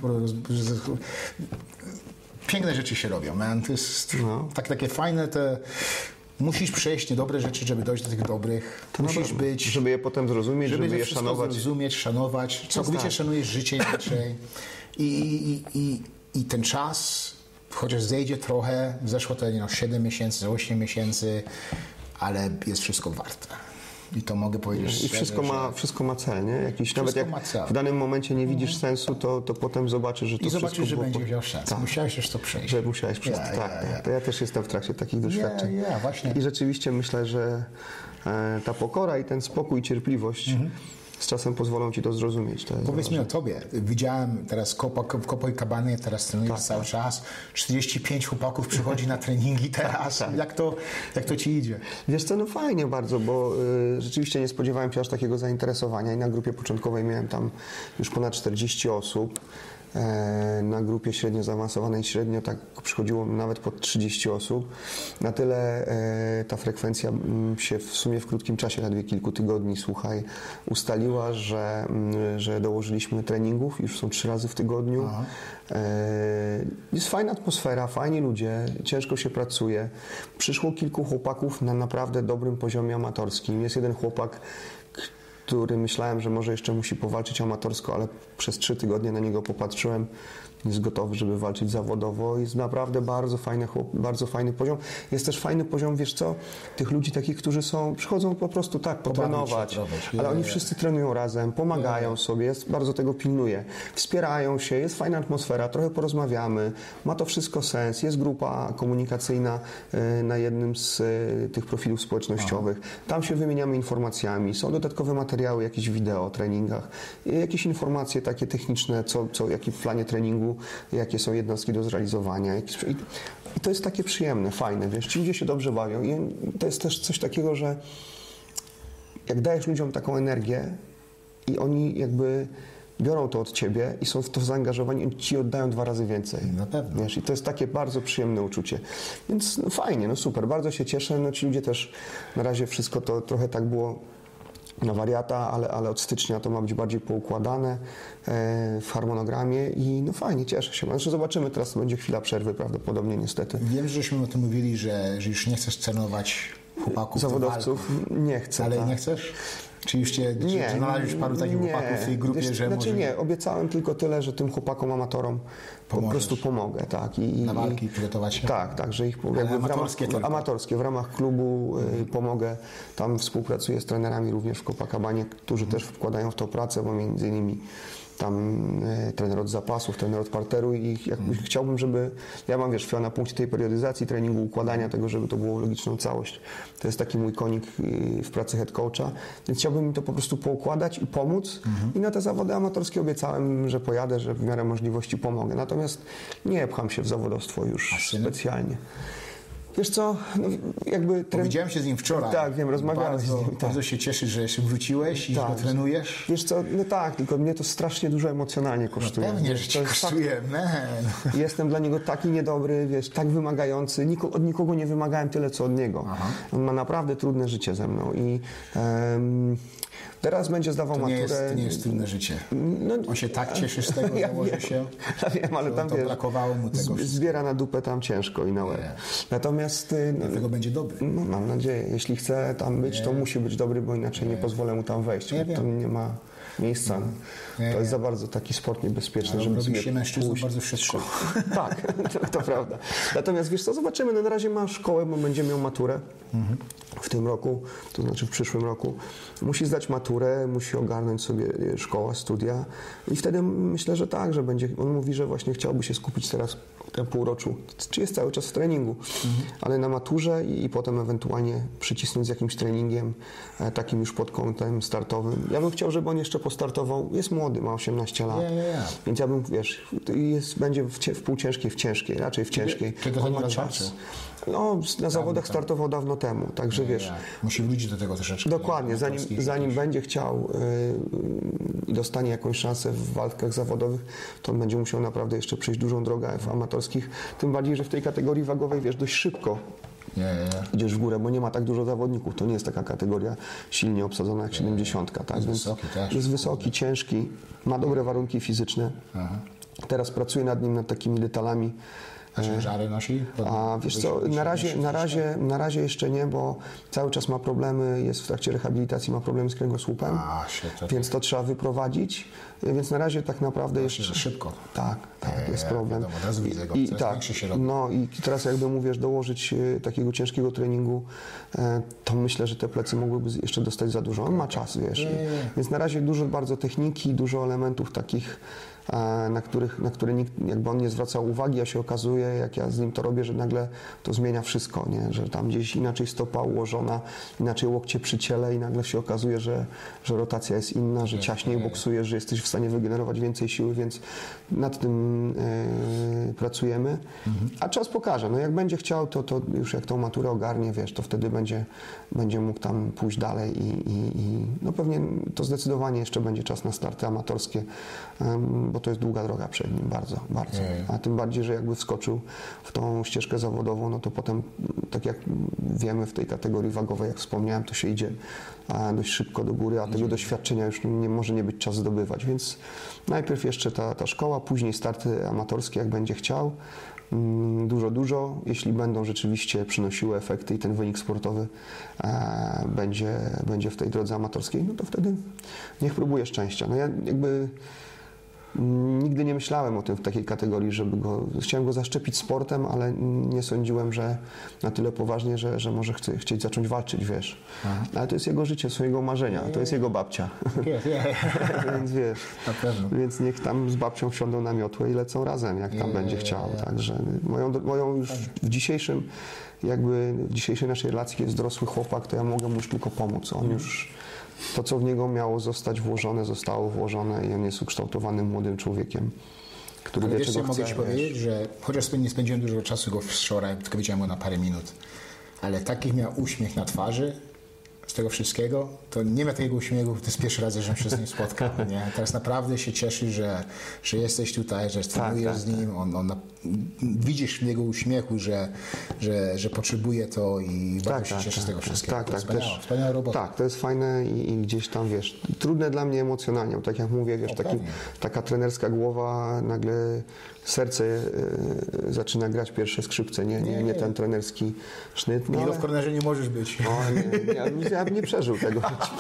[SPEAKER 1] Piękne rzeczy się robią, man. To jest no. tak, takie fajne te... Musisz przejść te dobre rzeczy, żeby dojść do tych dobrych.
[SPEAKER 2] To
[SPEAKER 1] Musisz
[SPEAKER 2] dobra.
[SPEAKER 1] być...
[SPEAKER 2] Żeby je potem zrozumieć, żeby, żeby je szanować.
[SPEAKER 1] zrozumieć, szanować. Całkowicie tak. szanujesz życie inaczej. I, i, i, I ten czas, chociaż zejdzie trochę, zeszło to nie, no, siedem miesięcy, osiem miesięcy, ale jest wszystko warte. I to mogę powiedzieć.
[SPEAKER 2] I wszystko,
[SPEAKER 1] szczerze,
[SPEAKER 2] ma,
[SPEAKER 1] że...
[SPEAKER 2] wszystko ma cel, nie? Jakiś, nawet jak w danym momencie nie widzisz sensu, to, to potem zobaczysz, że to
[SPEAKER 1] I zobaczysz, że
[SPEAKER 2] było...
[SPEAKER 1] będzie miał sens. Tak. Musiałeś już to przejść.
[SPEAKER 2] Że musiałeś przejść,
[SPEAKER 1] yeah,
[SPEAKER 2] tak.
[SPEAKER 1] Yeah, yeah.
[SPEAKER 2] To ja też jestem w trakcie takich doświadczeń.
[SPEAKER 1] Yeah, yeah, właśnie.
[SPEAKER 2] I rzeczywiście myślę, że e, ta pokora i ten spokój i cierpliwość mm-hmm. z czasem pozwolą ci to zrozumieć. To
[SPEAKER 1] Powiedz mi o tobie. Widziałem teraz w Copacabanie, teraz trenujesz tak, cały tak. czas. czterdzieści pięć chłopaków przychodzi na treningi teraz. tak. jak, to, jak to ci idzie?
[SPEAKER 2] Wiesz co, no fajnie bardzo, bo y, rzeczywiście nie spodziewałem się aż takiego zainteresowania i na grupie początkowej miałem tam już ponad czterdzieści osób. Na grupie średnio zaawansowanej średnio tak przychodziło nawet pod trzydzieści osób. Na tyle e, ta frekwencja się w sumie w krótkim czasie, ledwie kilku tygodni, słuchaj, ustaliła, że, że dołożyliśmy treningów, już są trzy razy w tygodniu. E, jest fajna atmosfera, fajni ludzie, ciężko się pracuje. Przyszło kilku chłopaków na naprawdę dobrym poziomie amatorskim. Jest jeden chłopak, który myślałem, że może jeszcze musi powalczyć amatorsko, ale przez trzy tygodnie na niego popatrzyłem. Jest gotowy, żeby walczyć zawodowo. Jest naprawdę bardzo fajny, bardzo fajny poziom. Jest też fajny poziom, wiesz co, tych ludzi takich, którzy są, przychodzą po prostu tak, potrenować, ale oni wszyscy trenują razem, pomagają sobie, jest, bardzo tego pilnuję. Wspierają się, jest fajna atmosfera, trochę porozmawiamy, ma to wszystko sens. Jest grupa komunikacyjna na jednym z tych profilów społecznościowych. Tam się wymieniamy informacjami, są dodatkowe materiały, jakieś wideo o treningach, jakieś informacje takie techniczne, co, co, jaki w planie treningu, jakie są jednostki do zrealizowania. I to jest takie przyjemne, fajne, wiesz, ci ludzie się dobrze bawią. I to jest też coś takiego, że jak dajesz ludziom taką energię i oni jakby biorą to od ciebie i są w to zaangażowani, oni ci oddają dwa razy więcej.
[SPEAKER 1] Na pewno.
[SPEAKER 2] Wiesz, i to jest takie bardzo przyjemne uczucie. Więc no, fajnie, no super, bardzo się cieszę. No ci ludzie też, na razie wszystko to trochę tak było na wariata, ale, ale od stycznia to ma być bardziej poukładane e, w harmonogramie i no fajnie, cieszę się. Znaczy zobaczymy, teraz to będzie chwila przerwy prawdopodobnie niestety.
[SPEAKER 1] Wiem, żeśmy o tym mówili, że, że już nie chcesz trenować chłopaków
[SPEAKER 2] zawodowców. Nie chcę.
[SPEAKER 1] Ale
[SPEAKER 2] tak.
[SPEAKER 1] nie chcesz? Czy już cię, nie, czy znalazłeś paru takich nie, chłopaków w tej grupie,
[SPEAKER 2] wiesz,
[SPEAKER 1] że
[SPEAKER 2] znaczy
[SPEAKER 1] może...
[SPEAKER 2] nie, obiecałem tylko tyle, że tym chłopakom amatorom Pomożesz. po prostu pomogę, tak. I,
[SPEAKER 1] na walki przygotować się?
[SPEAKER 2] Tak, tak, że ich jakby w
[SPEAKER 1] amatorskie
[SPEAKER 2] ramach, amatorskie, w ramach klubu y, pomogę. Tam współpracuję z trenerami również w Copacabanie, którzy hmm. też wkładają w to pracę, bo między innymi tam e, trener od zapasów, trener od parteru i jakby hmm. chciałbym, żeby, ja mam wiesz, na punkcie tej periodyzacji treningu, układania tego, żeby to było logiczną całość. To jest taki mój konik w pracy head coacha, więc chciałbym mi to po prostu poukładać i pomóc hmm. i na te zawody amatorskie obiecałem, że pojadę, że w miarę możliwości pomogę. Natomiast nie pcham się w zawodowstwo już specjalnie. Wiesz co, no jakby...
[SPEAKER 1] Tren... Widziałem się z nim wczoraj.
[SPEAKER 2] Tak, wiem, rozmawiałem
[SPEAKER 1] bardzo,
[SPEAKER 2] z nim. Tak.
[SPEAKER 1] Bardzo się cieszę, że jeszcze wróciłeś i tak. go trenujesz.
[SPEAKER 2] Wiesz co, no tak, tylko mnie to strasznie dużo emocjonalnie kosztuje.
[SPEAKER 1] No pewnie, że ci kosztuje. Tak,
[SPEAKER 2] jestem dla niego taki niedobry, wiesz, tak wymagający. Niko, od nikogo nie wymagałem tyle, co od niego. Aha. On ma naprawdę trudne życie ze mną i... Um, Teraz będzie zdawał
[SPEAKER 1] to nie
[SPEAKER 2] maturę.
[SPEAKER 1] Jest, to nie jest trudne życie. No, on się tak cieszy z tego,
[SPEAKER 2] ja
[SPEAKER 1] założy
[SPEAKER 2] wiem,
[SPEAKER 1] się.
[SPEAKER 2] Ja wiem, ale tam
[SPEAKER 1] to
[SPEAKER 2] wiesz,
[SPEAKER 1] brakowało mu tego.
[SPEAKER 2] Zbiera na dupę tam ciężko i na łeb.
[SPEAKER 1] Nie.
[SPEAKER 2] Natomiast...
[SPEAKER 1] Dlatego będzie dobry.
[SPEAKER 2] No, mam nadzieję. Jeśli chce tam być,
[SPEAKER 1] nie.
[SPEAKER 2] to musi być dobry, bo inaczej nie, nie pozwolę mu tam wejść.
[SPEAKER 1] Nie
[SPEAKER 2] to
[SPEAKER 1] wiem.
[SPEAKER 2] nie ma... miejsca.
[SPEAKER 1] Nie,
[SPEAKER 2] to jest
[SPEAKER 1] nie.
[SPEAKER 2] za bardzo taki sport niebezpieczny,
[SPEAKER 1] Ale
[SPEAKER 2] żeby
[SPEAKER 1] robi
[SPEAKER 2] sobie
[SPEAKER 1] się mężczyzną
[SPEAKER 2] pójść.
[SPEAKER 1] bardzo szybko.
[SPEAKER 2] Tak, to, to prawda. Natomiast wiesz co, zobaczymy. No na razie ma szkołę, bo będzie miał maturę mhm. w tym roku, to znaczy w przyszłym roku. Musi zdać maturę, musi ogarnąć sobie szkoła, studia i wtedy myślę, że tak, że będzie. On mówi, że właśnie chciałby się skupić teraz ten półroczu, czy jest cały czas w treningu, mhm. ale na maturze i, i potem ewentualnie przycisnąć z jakimś treningiem e, takim już pod kątem startowym. Ja bym chciał, żeby on jeszcze postartował. Jest młody, ma osiemnaście lat,
[SPEAKER 1] Nie, nie, nie.
[SPEAKER 2] więc ja bym, wiesz, jest, będzie w, cie, w półciężkiej, w ciężkiej, raczej w ciężkiej.
[SPEAKER 1] Kiedy
[SPEAKER 2] on
[SPEAKER 1] to
[SPEAKER 2] ma
[SPEAKER 1] nie
[SPEAKER 2] czas. No, na zawodach
[SPEAKER 1] temu.
[SPEAKER 2] startował dawno temu, także
[SPEAKER 1] Nie,
[SPEAKER 2] wiesz.
[SPEAKER 1] nie. Musi wrócić do tego troszeczkę.
[SPEAKER 2] Dokładnie, zanim,
[SPEAKER 1] amatorskich
[SPEAKER 2] zanim
[SPEAKER 1] jakichś.
[SPEAKER 2] będzie chciał i yy, dostanie jakąś szansę w walkach zawodowych, to on będzie musiał naprawdę jeszcze przejść dużą drogę w amatorskich. Tym bardziej, że w tej kategorii wagowej, wiesz, dość szybko
[SPEAKER 1] Nie, nie, nie.
[SPEAKER 2] idziesz w górę, bo nie ma tak dużo zawodników. To nie jest taka kategoria silnie obsadzona jak siedemdziesiątka. Tak?
[SPEAKER 1] Jest
[SPEAKER 2] Więc
[SPEAKER 1] wysoki też.
[SPEAKER 2] jest wysoki, ciężki, ma dobre warunki fizyczne.
[SPEAKER 1] Aha.
[SPEAKER 2] Teraz pracuję nad nim, nad takimi detalami.
[SPEAKER 1] A ciężary nosi?
[SPEAKER 2] A wiesz co, na razie, na, razie, na razie jeszcze nie, bo cały czas ma problemy, jest w trakcie rehabilitacji, ma problemy z kręgosłupem,
[SPEAKER 1] A, się to...
[SPEAKER 2] więc to trzeba wyprowadzić, więc na razie tak naprawdę
[SPEAKER 1] Właśnie,
[SPEAKER 2] jeszcze...
[SPEAKER 1] że szybko.
[SPEAKER 2] Tak, tak,
[SPEAKER 1] Nie,
[SPEAKER 2] jest
[SPEAKER 1] ja
[SPEAKER 2] problem.
[SPEAKER 1] wiadomo, od razu widzę go,
[SPEAKER 2] I,
[SPEAKER 1] coraz
[SPEAKER 2] tak,
[SPEAKER 1] większy się robi.
[SPEAKER 2] no i teraz jakby mówisz, dołożyć e, takiego ciężkiego treningu, e, to myślę, że te plecy mogłyby z- jeszcze dostać za dużo. On ma czas, wiesz.
[SPEAKER 1] Nie, nie, nie.
[SPEAKER 2] Więc na razie dużo bardzo techniki, dużo elementów takich, e, na, których, na które nikt, jakby on nie zwracał uwagi, a się okazuje, jak ja z nim to robię, że nagle to zmienia wszystko, nie? Że tam gdzieś inaczej stopa ułożona, inaczej łokcie przy ciele i nagle się okazuje, że, że rotacja jest inna, że ciaśniej boksujesz, że jesteś w stanie wygenerować więcej siły, więc nad tym e, pracujemy. A czas pokaże. No jak będzie chciał, to, to już jak tą maturę ogarnie, wiesz, to wtedy będzie, będzie mógł tam pójść dalej i, i, i no pewnie to zdecydowanie jeszcze będzie czas na starty amatorskie, em, bo to jest długa droga przed nim, bardzo, bardzo.
[SPEAKER 1] Nie.
[SPEAKER 2] A tym bardziej, że jakby wskoczył w tą ścieżkę zawodową, no to potem, tak jak wiemy w tej kategorii wagowej, jak wspomniałem, to się idzie a, dość szybko do góry, a tego doświadczenia już nie może nie być czas zdobywać, więc najpierw jeszcze ta, ta szkoła, później starty amatorskie, jak będzie chciał. Mm, Dużo, dużo. Jeśli będą rzeczywiście przynosiły efekty i ten wynik sportowy e, będzie, będzie w tej drodze amatorskiej, no to wtedy niech próbuje szczęścia. No ja jakby mm, nigdy nie myślałem o tym w takiej kategorii, żeby go, chciałem go zaszczepić sportem, ale nie sądziłem, że na tyle poważnie, że, że może chce, chcieć zacząć walczyć, wiesz.
[SPEAKER 1] Aha.
[SPEAKER 2] Ale to jest jego życie, są jego marzenia, to jest jego babcia.
[SPEAKER 1] Nie, nie.
[SPEAKER 2] Więc wiesz,
[SPEAKER 1] Na pewno.
[SPEAKER 2] więc niech tam z babcią wsiądą na miotłę i lecą razem, jak tam
[SPEAKER 1] Nie,
[SPEAKER 2] będzie
[SPEAKER 1] nie,
[SPEAKER 2] chciał.
[SPEAKER 1] nie.
[SPEAKER 2] Także moją, moją już w dzisiejszym, jakby w dzisiejszej naszej relacji jest dorosły chłopak, to ja mogę mu już tylko pomóc. On już, to co w niego miało zostać włożone, zostało włożone i on jest ukształtowanym młodym człowiekiem, który
[SPEAKER 1] Ale
[SPEAKER 2] wie,
[SPEAKER 1] wiesz, co
[SPEAKER 2] czego
[SPEAKER 1] ja mogę
[SPEAKER 2] chce.
[SPEAKER 1] Ci powiedzieć, że chociaż sobie nie spędziłem dużo czasu go wczoraj, tylko widziałem go na parę minut, ale taki miał uśmiech na twarzy z tego wszystkiego, to nie ma takiego uśmiechu, to jest pierwszy raz, że się z nim spotkał, nie? Teraz naprawdę się cieszy, że, że jesteś tutaj, że trenujesz
[SPEAKER 2] tak,
[SPEAKER 1] z nim, on, on, widzisz w jego uśmiechu, że, że, że potrzebuje to i bardzo się cieszy z tego wszystkiego.
[SPEAKER 2] Tak,
[SPEAKER 1] to
[SPEAKER 2] tak,
[SPEAKER 1] wspaniała,
[SPEAKER 2] też,
[SPEAKER 1] wspaniała robota.
[SPEAKER 2] tak, to jest fajne i, i gdzieś tam, wiesz, trudne dla mnie emocjonalnie, bo tak jak mówię, wiesz,
[SPEAKER 1] O,
[SPEAKER 2] taki,
[SPEAKER 1] pewnie.
[SPEAKER 2] taka trenerska głowa, nagle serce y, zaczyna grać pierwsze skrzypce, nie, nie, nie ten trenerski sznyt. No,
[SPEAKER 1] Nie, no
[SPEAKER 2] ale,
[SPEAKER 1] w kornerze nie możesz być.
[SPEAKER 2] o, nie, ja, bym- ja bym nie przeżył tego.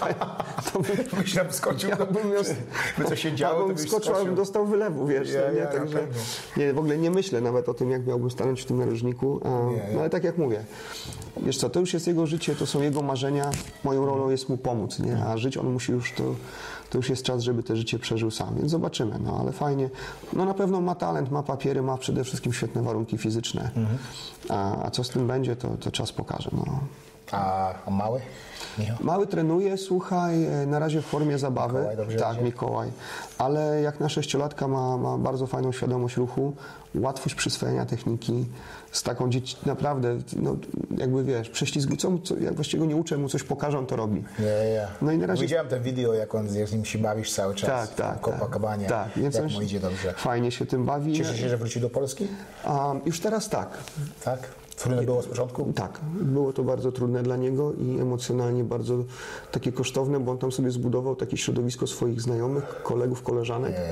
[SPEAKER 2] To bym,
[SPEAKER 1] Byś tam skoczył,
[SPEAKER 2] ja bym miał,
[SPEAKER 1] by co się działo,
[SPEAKER 2] ja
[SPEAKER 1] to
[SPEAKER 2] bym
[SPEAKER 1] byś
[SPEAKER 2] skoczył, a bym dostał wylewu, wiesz,
[SPEAKER 1] Ja,
[SPEAKER 2] no, nie,
[SPEAKER 1] ja, na
[SPEAKER 2] także
[SPEAKER 1] pewno.
[SPEAKER 2] nie, w ogóle nie myślę nawet o tym, jak miałbym stanąć w tym narożniku, a,
[SPEAKER 1] Nie, nie.
[SPEAKER 2] no ale tak jak mówię, wiesz co, to już jest jego życie, to są jego marzenia, moją rolą jest mu pomóc, nie, a żyć on musi już, to, to już jest czas, żeby te życie przeżył sam, więc zobaczymy, no ale fajnie, no na pewno ma talent, ma papiery, ma przede wszystkim świetne warunki fizyczne,
[SPEAKER 1] Mhm.
[SPEAKER 2] a, a co z tym będzie, to, to czas pokaże, no.
[SPEAKER 1] A, a mały? Michał?
[SPEAKER 2] Mały trenuje, słuchaj, e, na razie w formie zabawy.
[SPEAKER 1] Mikołaj dobrze
[SPEAKER 2] tak,
[SPEAKER 1] idzie?
[SPEAKER 2] Mikołaj. Ale jak na sześciolatka ma, ma bardzo fajną świadomość ruchu, łatwość przyswojenia techniki, z taką dzieci naprawdę, no jakby wiesz, prześlizgu, co, co jak właściwie go nie uczę, mu coś pokażę, on to robi.
[SPEAKER 1] Nie, nie.
[SPEAKER 2] No i na razie-
[SPEAKER 1] Widziałem te wideo, jak on jak z nim się bawisz cały czas.
[SPEAKER 2] Tak, tak,
[SPEAKER 1] w Copacabanie.
[SPEAKER 2] tak. Więc
[SPEAKER 1] jak
[SPEAKER 2] on
[SPEAKER 1] mu idzie dobrze.
[SPEAKER 2] Fajnie się tym bawi.
[SPEAKER 1] Cieszy się, że wrócił do Polski?
[SPEAKER 2] A już teraz tak.
[SPEAKER 1] Tak? Trudno było z początku?
[SPEAKER 2] Tak, było to bardzo trudne dla niego i emocjonalnie bardzo takie kosztowne, bo on tam sobie zbudował takie środowisko swoich znajomych, kolegów, koleżanek.
[SPEAKER 1] Nie.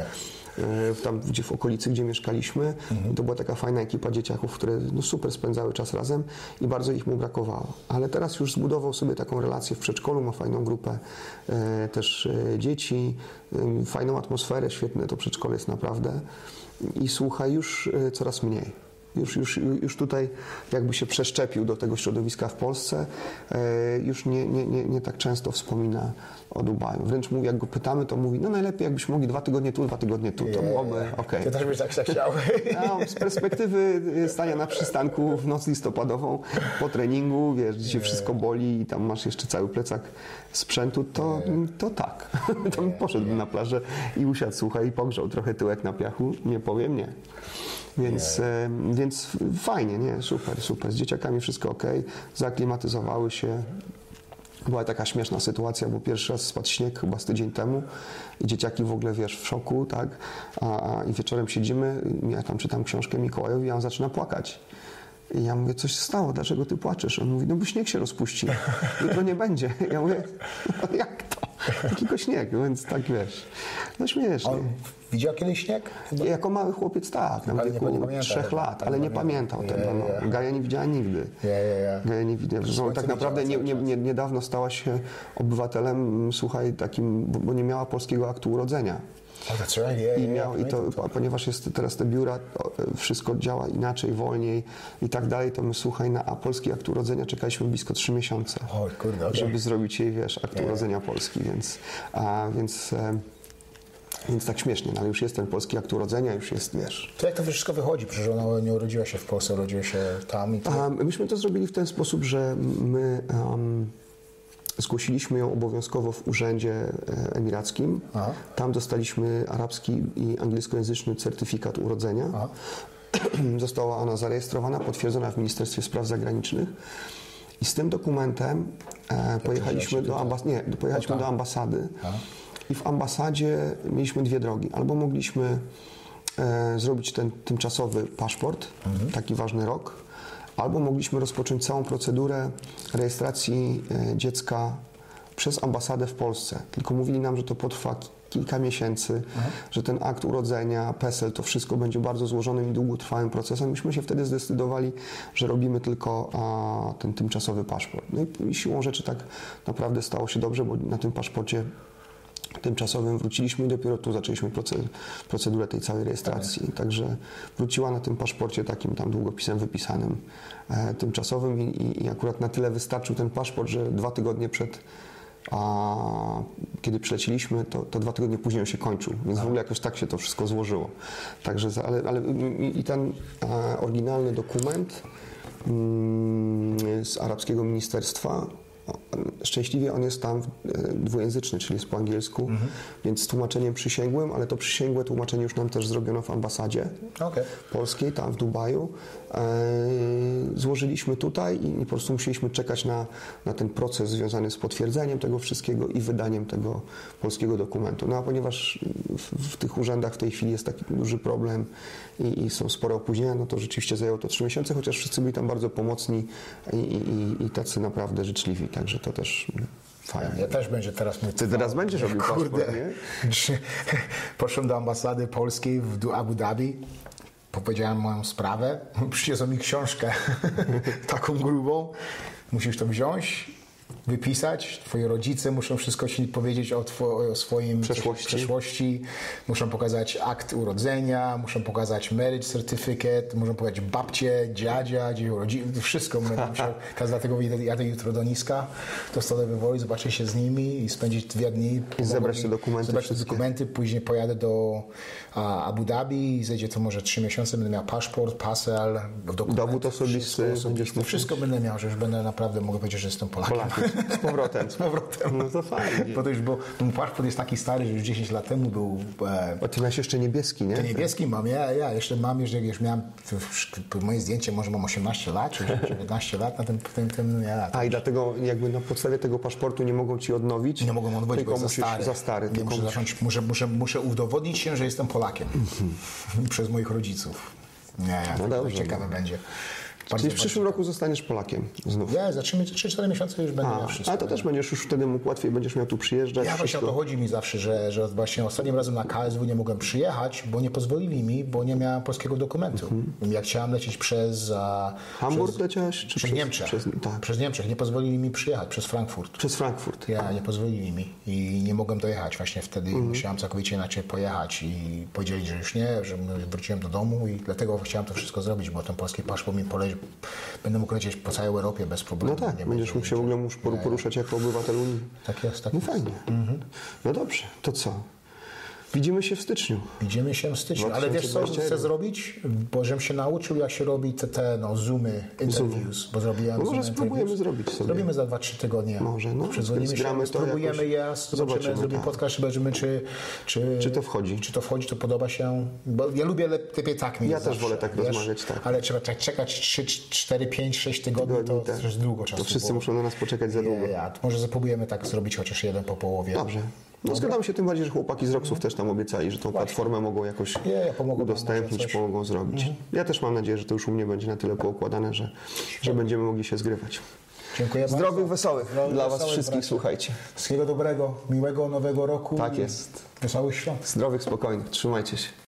[SPEAKER 2] tam gdzie w okolicy, gdzie mieszkaliśmy. Mhm. To była taka fajna ekipa dzieciaków, które no, super spędzały czas razem i bardzo ich mu brakowało. Ale teraz już zbudował sobie taką relację w przedszkolu, ma fajną grupę e, też e, dzieci, e, fajną atmosferę, świetne to przedszkole jest naprawdę i słucha już e, coraz mniej. Już, już, już tutaj jakby się przeszczepił do tego środowiska w Polsce, e, już nie, nie, nie, nie tak często wspomina o Dubaju. Wręcz mówi, jak go pytamy, to mówi, no najlepiej jakbyśmy mogli dwa tygodnie tu, dwa tygodnie tu, to byłoby okej. Okay.
[SPEAKER 1] Ty też byś tak chciał.
[SPEAKER 2] No, z perspektywy stania na przystanku w noc listopadową po treningu, wiesz, gdzie się wszystko boli i tam masz jeszcze cały plecak sprzętu, to, to tak. Tam poszedł na plażę i usiadł, słuchaj, i pogrzał trochę tyłek na piachu, nie powiem nie. Więc, e, więc fajnie, nie? Super, super. Z dzieciakami wszystko ok, zaklimatyzowały się. Była taka śmieszna sytuacja, bo pierwszy raz spadł śnieg chyba z tydzień temu i dzieciaki w ogóle, wiesz, w szoku, tak? A, a, i wieczorem siedzimy, ja tam czytam książkę Mikołajowi, i on zaczyna płakać. I ja mówię, coś się stało, dlaczego ty płaczesz? On mówi, no bo śnieg się rozpuści, jutro nie będzie. Ja mówię, no jak to? Takiego śniegu, więc tak wiesz, no śmiesznie.
[SPEAKER 1] On widział kiedyś śnieg?
[SPEAKER 2] Chyba? Jako mały chłopiec tak, na wieku trzech lat, ale nie pamiętał tego. No. Gaja nie widziała nigdy. Gaja nie widziała. No, tak naprawdę nie, nie, nie, niedawno stała się obywatelem, słuchaj, takim, bo, bo nie miała polskiego aktu urodzenia. I, miał, i to, ponieważ jest teraz te biura, wszystko działa inaczej, wolniej i tak dalej, to my słuchaj, na polski akt urodzenia czekaliśmy blisko trzy miesiące,
[SPEAKER 1] o, kurde, okay.
[SPEAKER 2] żeby zrobić jej, wiesz, akt urodzenia polski, więc, a, więc, e, więc tak śmiesznie, no, ale już jest ten polski akt urodzenia, już jest, wiesz.
[SPEAKER 1] To jak to wszystko wychodzi? Przecież ona nie urodziła się w Polsce, urodziła się tam i to...
[SPEAKER 2] A, myśmy to zrobili w ten sposób, że my um, zgłosiliśmy ją obowiązkowo w urzędzie emirackim. Aha. Tam dostaliśmy arabski i angielskojęzyczny certyfikat urodzenia. Aha. Została ona zarejestrowana, potwierdzona w Ministerstwie Spraw Zagranicznych. I z tym dokumentem e, pojechaliśmy, do, ambas- nie, pojechaliśmy do ambasady. Aha. I w ambasadzie mieliśmy dwie drogi. Albo mogliśmy e, zrobić ten tymczasowy paszport, mhm. taki ważny rok, albo mogliśmy rozpocząć całą procedurę rejestracji dziecka przez ambasadę w Polsce. Tylko mówili nam, że to potrwa kilka miesięcy, Aha. że ten akt urodzenia, PESEL, to wszystko będzie bardzo złożonym i długotrwałym procesem. Myśmy się wtedy zdecydowali, że robimy tylko a, ten tymczasowy paszport. No i siłą rzeczy tak naprawdę stało się dobrze, bo na tym paszporcie tymczasowym wróciliśmy i dopiero tu zaczęliśmy procedurę tej całej rejestracji. Tak. Także wróciła na tym paszporcie takim tam długopisem wypisanym e, tymczasowym i, i akurat na tyle wystarczył ten paszport, że dwa tygodnie przed, a, kiedy przyleciliśmy, to, to dwa tygodnie później on się kończył, więc a. w ogóle jakoś tak się to wszystko złożyło. Także, ale, ale i, i ten e, oryginalny dokument mm, z arabskiego ministerstwa, szczęśliwie on jest tam dwujęzyczny, czyli jest po angielsku, mhm. więc z tłumaczeniem przysięgłym, ale to przysięgłe tłumaczenie już nam też zrobiono w ambasadzie okay. polskiej, tam w Dubaju. E, złożyliśmy tutaj i, i po prostu musieliśmy czekać na, na ten proces związany z potwierdzeniem tego wszystkiego i wydaniem tego polskiego dokumentu. No a ponieważ w, w tych urzędach w tej chwili jest taki duży problem i, i są spore opóźnienia, no to rzeczywiście zajęło to trzy miesiące, chociaż wszyscy byli tam bardzo pomocni i, i, i tacy naprawdę życzliwi. Także to też fajnie.
[SPEAKER 1] Ja też będzie teraz mieć...
[SPEAKER 2] Ty teraz będziesz robił paszport, nie?
[SPEAKER 1] Poszłem do ambasady polskiej w Abu Dhabi, powiedziałem moją sprawę, przyniosą mi książkę taką grubą, musisz to wziąć, wypisać, twoi rodzice muszą wszystko ci powiedzieć o, two, o swoim
[SPEAKER 2] przeszłości.
[SPEAKER 1] przeszłości, muszą pokazać akt urodzenia, muszą pokazać marriage certificate, muszą pokazać babcię, dziadzia, gdzie urodzili, wszystko będę musiał, teraz dlatego jadę jutro do Niska, do Stalowej Woli, zobaczę się z nimi i spędzić dwie dni.
[SPEAKER 2] I zebrać te dokumenty.
[SPEAKER 1] Zebrać te dokumenty, później pojadę do a, Abu Dhabi i zejdzie to może trzy miesiące, będę miał paszport, PESEL,
[SPEAKER 2] dowód osobisty,
[SPEAKER 1] wszystko, wszystko będę miał, że już będę naprawdę, mogę powiedzieć, że jestem Polakiem. Polakiem.
[SPEAKER 2] Z powrotem.
[SPEAKER 1] Z powrotem.
[SPEAKER 2] No to fajnie.
[SPEAKER 1] Bo, to już, bo mój paszport jest taki stary, że już dziesięć lat temu był... E,
[SPEAKER 2] o, ty masz jeszcze niebieski, nie?
[SPEAKER 1] Ten niebieski mam, ja, ja jeszcze mam, już, już miałem to, moje zdjęcie, może mam osiemnaście lat, czy dziewiętnaście lat na tym... tym, tym ja,
[SPEAKER 2] A i dlatego jakby na podstawie tego paszportu nie mogą ci odnowić?
[SPEAKER 1] Nie mogą odnowić,
[SPEAKER 2] tylko
[SPEAKER 1] bo
[SPEAKER 2] musisz za stary. Za stary
[SPEAKER 1] nie, muszę, zacząć, muszę, muszę, muszę udowodnić się, że jestem Polakiem. Mm-hmm. Przez moich rodziców. Nie,
[SPEAKER 2] no
[SPEAKER 1] to
[SPEAKER 2] dobrze,
[SPEAKER 1] ciekawe
[SPEAKER 2] no.
[SPEAKER 1] będzie. Bardzo,
[SPEAKER 2] Czyli w przyszłym
[SPEAKER 1] bardzo.
[SPEAKER 2] roku zostaniesz Polakiem znów.
[SPEAKER 1] Ja za trzy cztery miesiące już będę
[SPEAKER 2] A,
[SPEAKER 1] miał wszystko.
[SPEAKER 2] ale to też będziesz już wtedy mógł łatwiej, będziesz miał tu przyjeżdżać.
[SPEAKER 1] Ja właśnie o
[SPEAKER 2] wszystko.
[SPEAKER 1] to chodzi mi zawsze, że, że właśnie ostatnim razem na K S W nie mogłem przyjechać, bo nie pozwolili mi, bo nie miałem polskiego dokumentu.
[SPEAKER 2] Mhm.
[SPEAKER 1] Jak chciałem lecieć przez... A,
[SPEAKER 2] Hamburg
[SPEAKER 1] przez,
[SPEAKER 2] leciałeś? Czy
[SPEAKER 1] przez,
[SPEAKER 2] przez
[SPEAKER 1] Niemczech.
[SPEAKER 2] Przez, tak.
[SPEAKER 1] Przez Niemczech. Nie pozwolili mi przyjechać, przez Frankfurt.
[SPEAKER 2] Przez Frankfurt.
[SPEAKER 1] Ja, nie pozwolili mi i nie mogłem dojechać. Właśnie wtedy
[SPEAKER 2] Mhm.
[SPEAKER 1] musiałem całkowicie inaczej pojechać i powiedzieli, że już nie, że wróciłem do domu i dlatego chciałem to wszystko zrobić, bo ten polski paszport mi poleci, będę mógł lecieć po całej Europie bez problemu.
[SPEAKER 2] No tak,
[SPEAKER 1] nie
[SPEAKER 2] będziesz
[SPEAKER 1] będzie-
[SPEAKER 2] mógł się w ogóle mógł poru- poruszać jako obywatel Unii.
[SPEAKER 1] Tak jest, tak
[SPEAKER 2] No
[SPEAKER 1] jest.
[SPEAKER 2] fajnie. No dobrze, to co? Widzimy się w styczniu.
[SPEAKER 1] Widzimy się w styczniu, ale wiesz co
[SPEAKER 2] dwa tysiące dwudziesty
[SPEAKER 1] chcę
[SPEAKER 2] jeden.
[SPEAKER 1] zrobić? Bo żem się nauczył, jak się robi te, te no, zoomy, interviews, bo zrobiłem
[SPEAKER 2] No może
[SPEAKER 1] zoom
[SPEAKER 2] spróbujemy
[SPEAKER 1] interviews.
[SPEAKER 2] zrobić sobie.
[SPEAKER 1] Zrobimy za dwa trzy tygodnie.
[SPEAKER 2] Może, no.
[SPEAKER 1] Przedzwonimy
[SPEAKER 2] Zgramy
[SPEAKER 1] się,
[SPEAKER 2] to
[SPEAKER 1] spróbujemy
[SPEAKER 2] jakoś.
[SPEAKER 1] je, zobaczymy,
[SPEAKER 2] Zobaczymy,
[SPEAKER 1] zrobimy
[SPEAKER 2] tak.
[SPEAKER 1] podcast, zobaczymy, czy, czy,
[SPEAKER 2] Czy to wchodzi.
[SPEAKER 1] Czy to wchodzi, to podoba się. Bo ja lubię lepiej tak mieć
[SPEAKER 2] Ja też
[SPEAKER 1] zawsze,
[SPEAKER 2] wolę tak
[SPEAKER 1] wiesz?
[SPEAKER 2] rozmawiać, tak.
[SPEAKER 1] Ale trzeba tak czekać trzy, cztery, pięć, sześć tygodni,
[SPEAKER 2] Tygodni,
[SPEAKER 1] to
[SPEAKER 2] tak.
[SPEAKER 1] też długo czasu.
[SPEAKER 2] To wszyscy
[SPEAKER 1] było.
[SPEAKER 2] muszą na nas poczekać za długo.
[SPEAKER 1] Nie, ja, to może zapróbujemy tak zrobić chociaż jeden po połowie.
[SPEAKER 2] Dobrze. No zgadzam się tym bardziej, że chłopaki z Roxów też tam obiecali, że tą platformę mogą jakoś
[SPEAKER 1] Nie, ja pomogę wam
[SPEAKER 2] udostępnić,
[SPEAKER 1] może coś.
[SPEAKER 2] pomogą zrobić. Ja też mam nadzieję, że to już u mnie będzie na tyle poukładane, że, że będziemy mogli się zgrywać.
[SPEAKER 1] Dziękuję bardzo.
[SPEAKER 2] Zdrowych, wesołych
[SPEAKER 1] Zdrowych,
[SPEAKER 2] dla was
[SPEAKER 1] wesołych,
[SPEAKER 2] wszystkich,
[SPEAKER 1] bracia.
[SPEAKER 2] słuchajcie.
[SPEAKER 1] Wszystkiego dobrego, miłego nowego roku.
[SPEAKER 2] Tak
[SPEAKER 1] i
[SPEAKER 2] jest.
[SPEAKER 1] Wesołych świąt.
[SPEAKER 2] Zdrowych, spokojnych. Trzymajcie się.